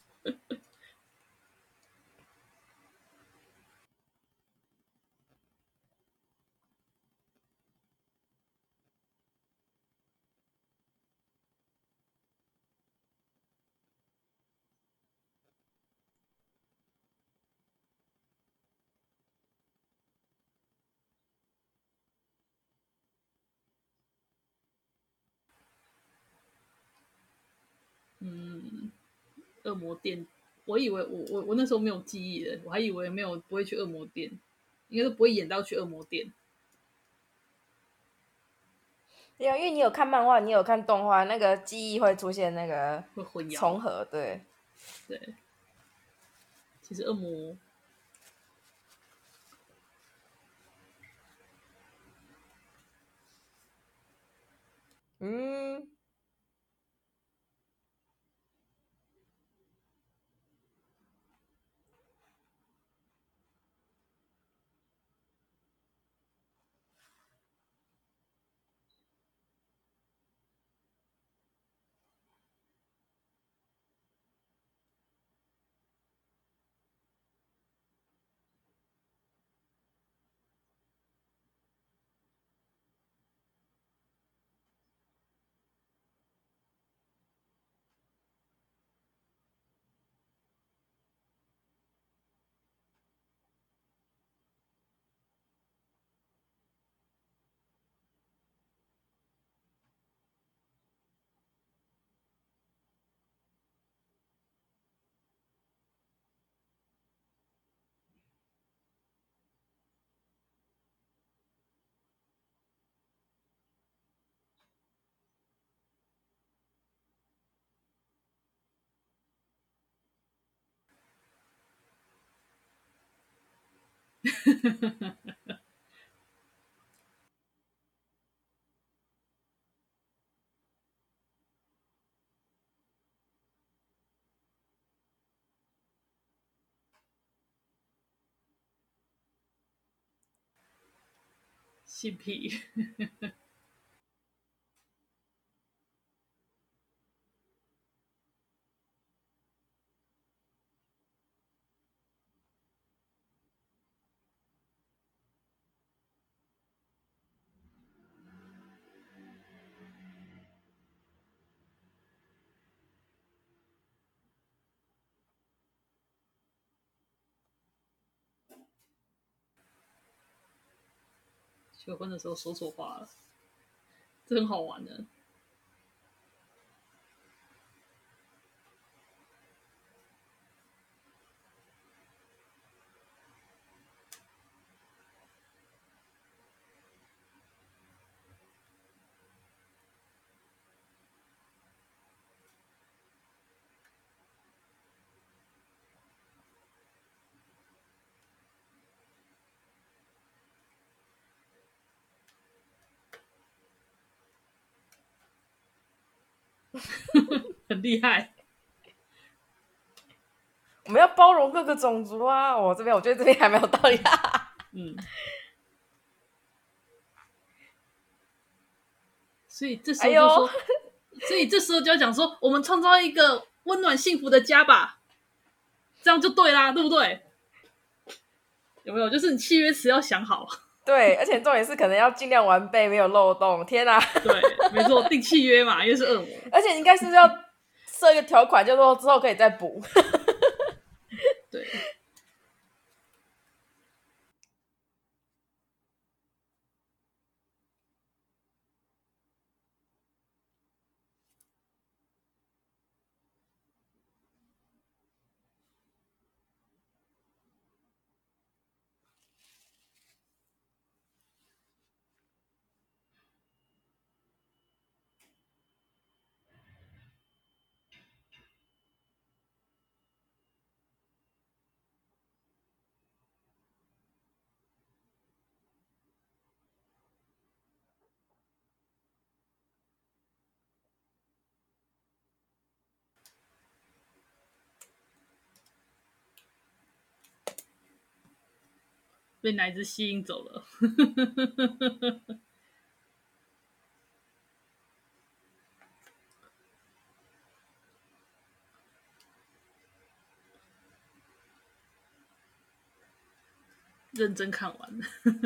嗯，恶魔店，我以为我那时候没有记忆的，我还以为不会去恶魔店，应该都不会演到去恶魔店。 对啊，因为你有看漫画，你有看动画，那个记忆会出现那个会混淆。 重合。对。 对，其实恶魔嗯。 性癖。求婚的时候说错话了，这很好玩的。很厉害。 我们要包容各个种族啊！我觉得这边还没有道理啊。 嗯，所以这时候就说，所以这时候就要讲说，我们创造一个温暖幸福的家吧，这样就对啦，对不对？有没有？就是你契约词要想好。 对，而且重点是可能要尽量完备，没有漏洞。天哪！ 对，没错，订契约嘛，因为是恶魔。 而且应该是要设一个条款，就说之后可以再补。 对。被奶子吸引走了。认真看完。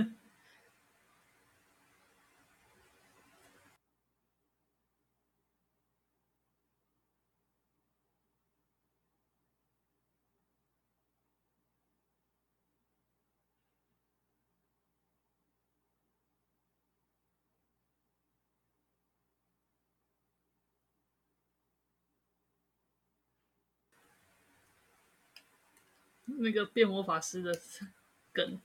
那个变魔法师的梗。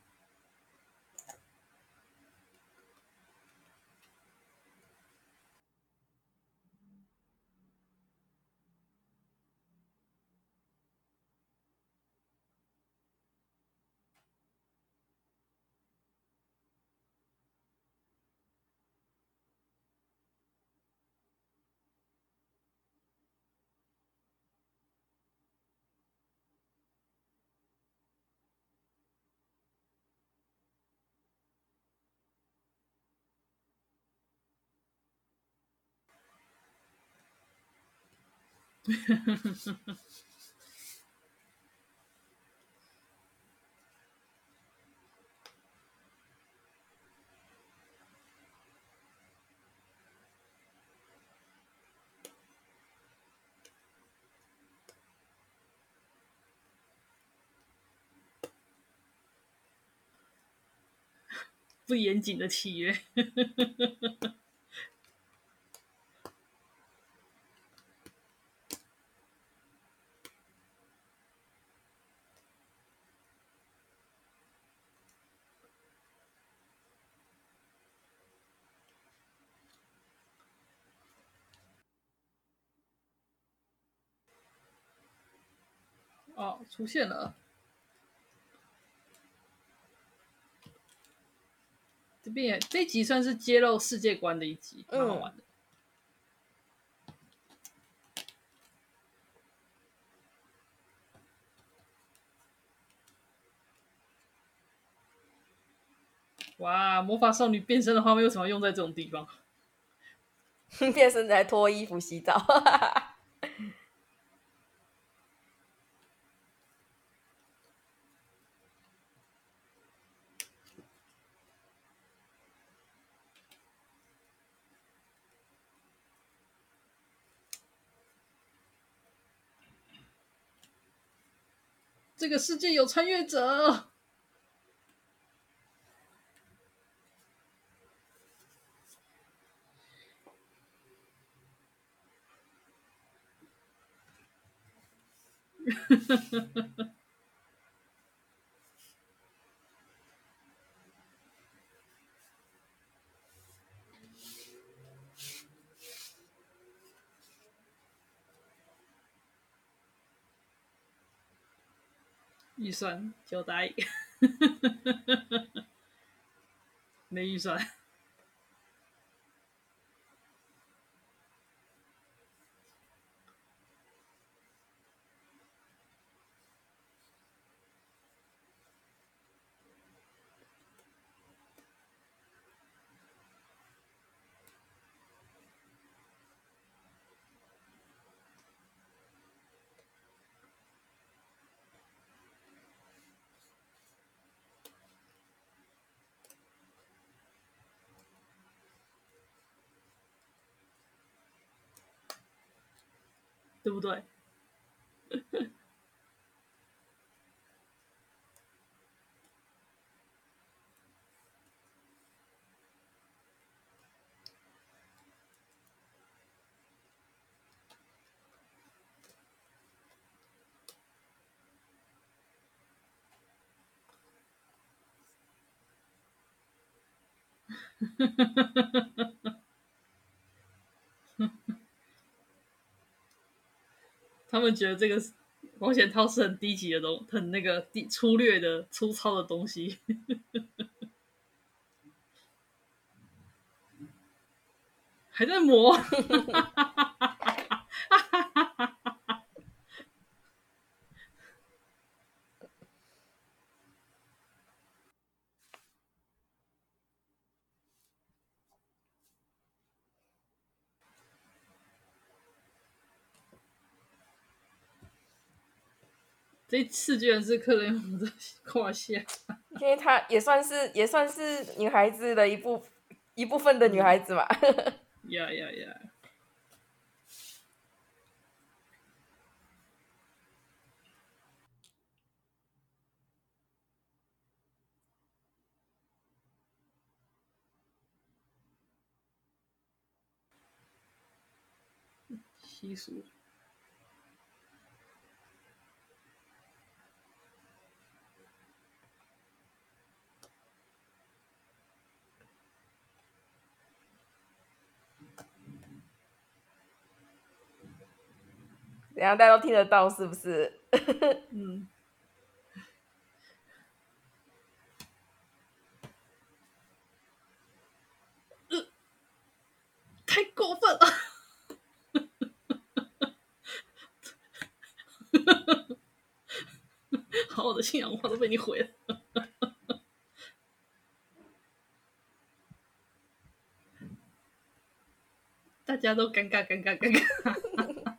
不严谨的契约。哦，出现了。 边也这一集算是揭露世界观的一集，蛮好玩的。哇，魔法少女变身的画面为什么要用在这种地方？ 变身来脱衣服洗澡。 这个世界有穿越者。预算就呆，没预算。对不对？他们觉得这个保险套是很低级的东，很那个粗略的、粗糙的东西。还在磨。这次居然是客人用的胯下， 因为她也算是女孩子的一部分的女孩子嘛。 呀呀呀！习俗。 等下大家都听得到是不是？ 嗯。太过分了。好好的信仰话都被你毁了。大家都尴尬，尴尬，尴尬。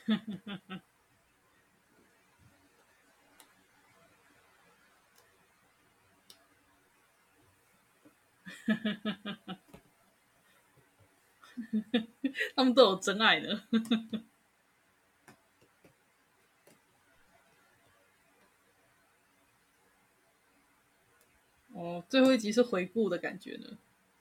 他们都有真爱呢。哦，最后一集是回顾的感觉呢。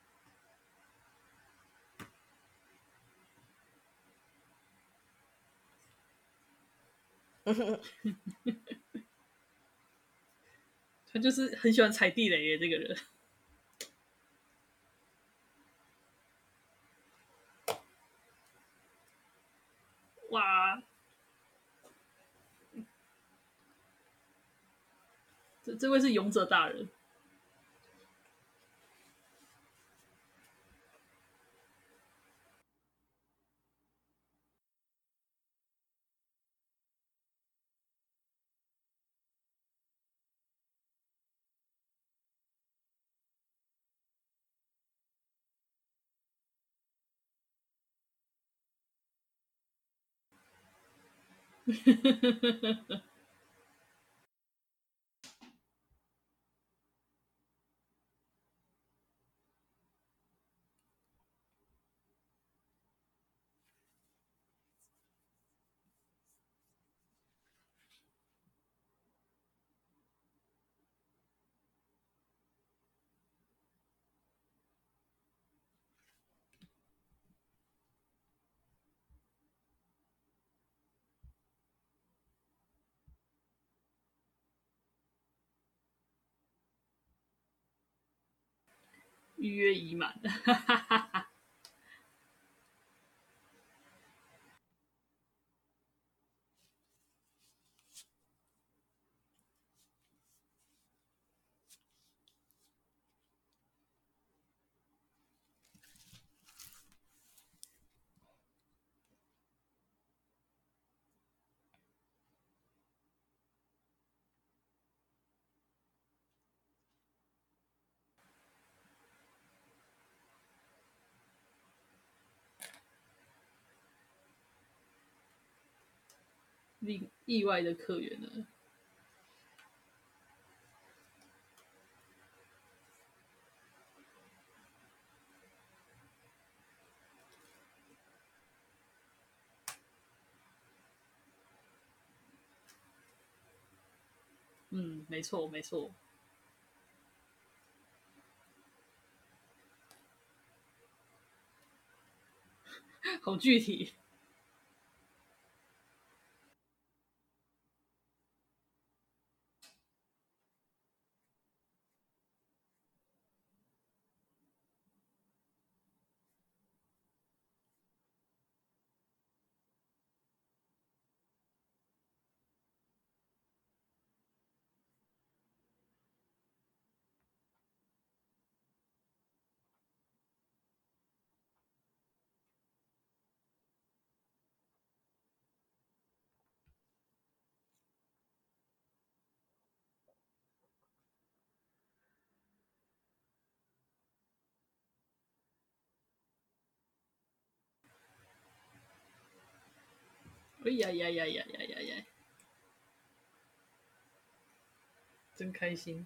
他就是很喜欢踩地雷耶，这个人。哇，这位是勇者大人。预约已满。意外的客源呢？嗯，没错，没错。好具体。哎呀呀呀呀呀呀呀！真开心。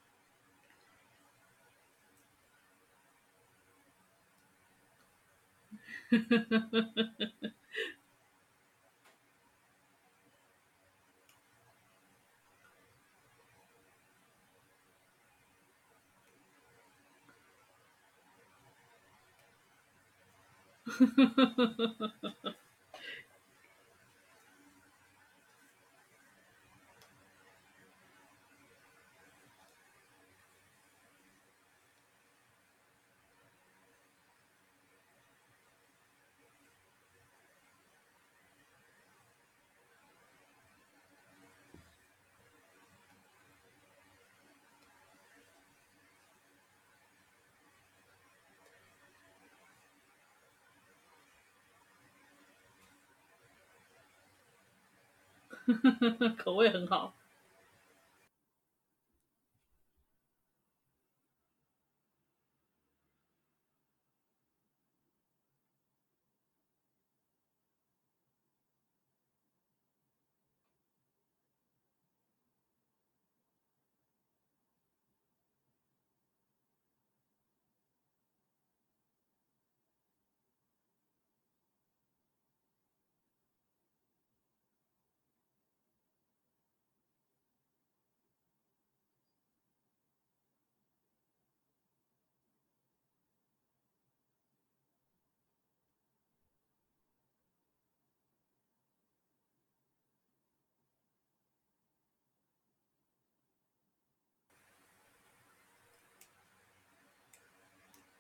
口味很好。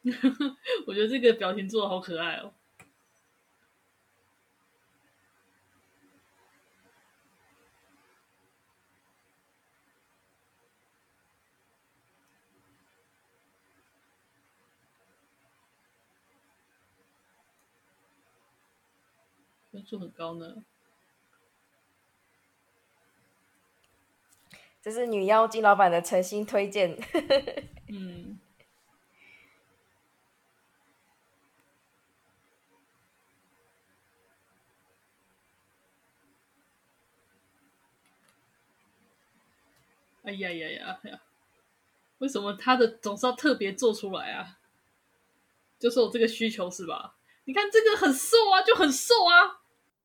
我觉得这个表情做的好可爱哦。分数很高呢。 这是女妖精老板的诚心推荐。 嗯，哎呀呀呀呀！为什么他的总是要特别做出来啊？就是有这个需求是吧？你看这个很瘦啊，就很瘦啊。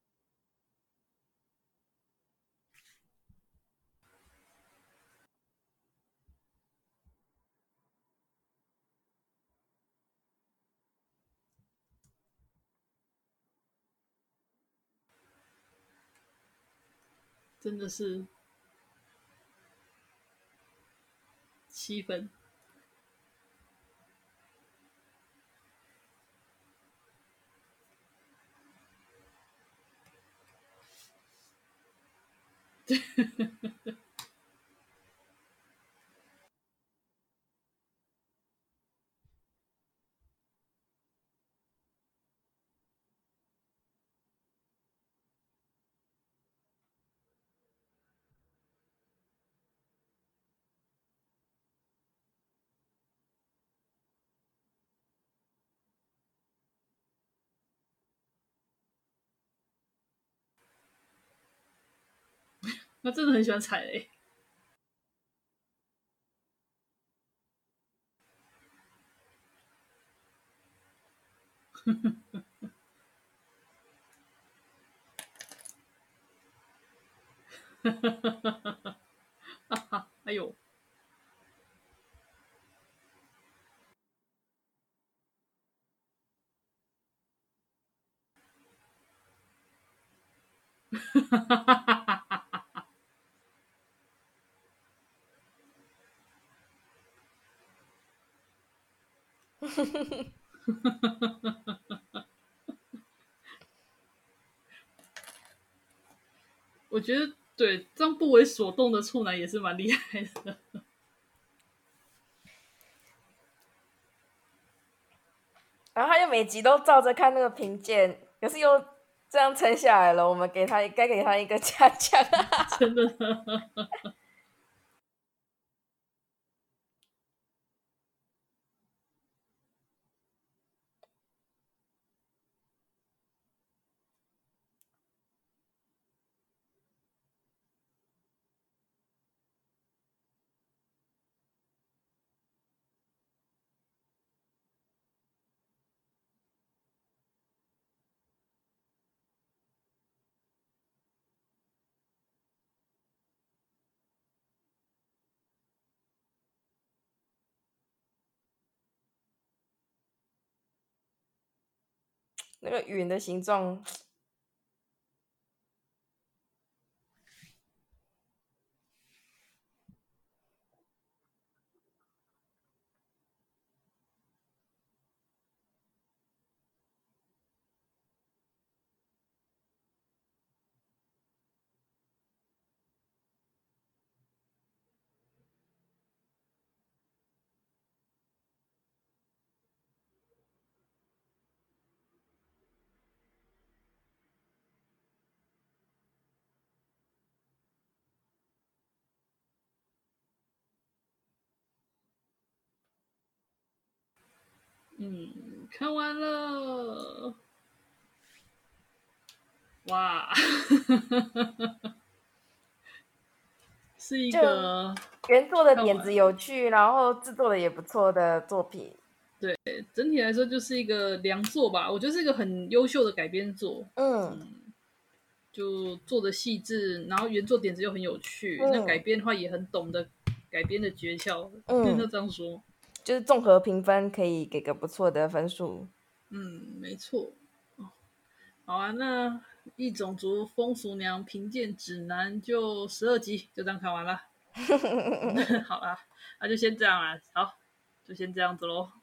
真的是7分。他真的很喜欢踩雷。哎呦！我觉得对，这样不为所动的处男也是蛮厉害的。 然后他就每集都照着看那个评鉴，可是又这样撑下来了，我们该给他一个嘉奖。 真的呢。 那个云的形状， 看完了。哇！是一个原作的点子有趣，然后制作的也不错的作品。 对，整体来说就是一个良作吧，我觉得是一个很优秀的改编作。就做的细致，然后原作点子又很有趣，那改编的话也很懂得改编的诀窍。那这样说， 就是综合评分可以给个不错的分数。 没错。好啊，那异种族风俗娘评鉴指南就12集，就这样看完了。好啦，那就先这样啦。好，就先这样子咯。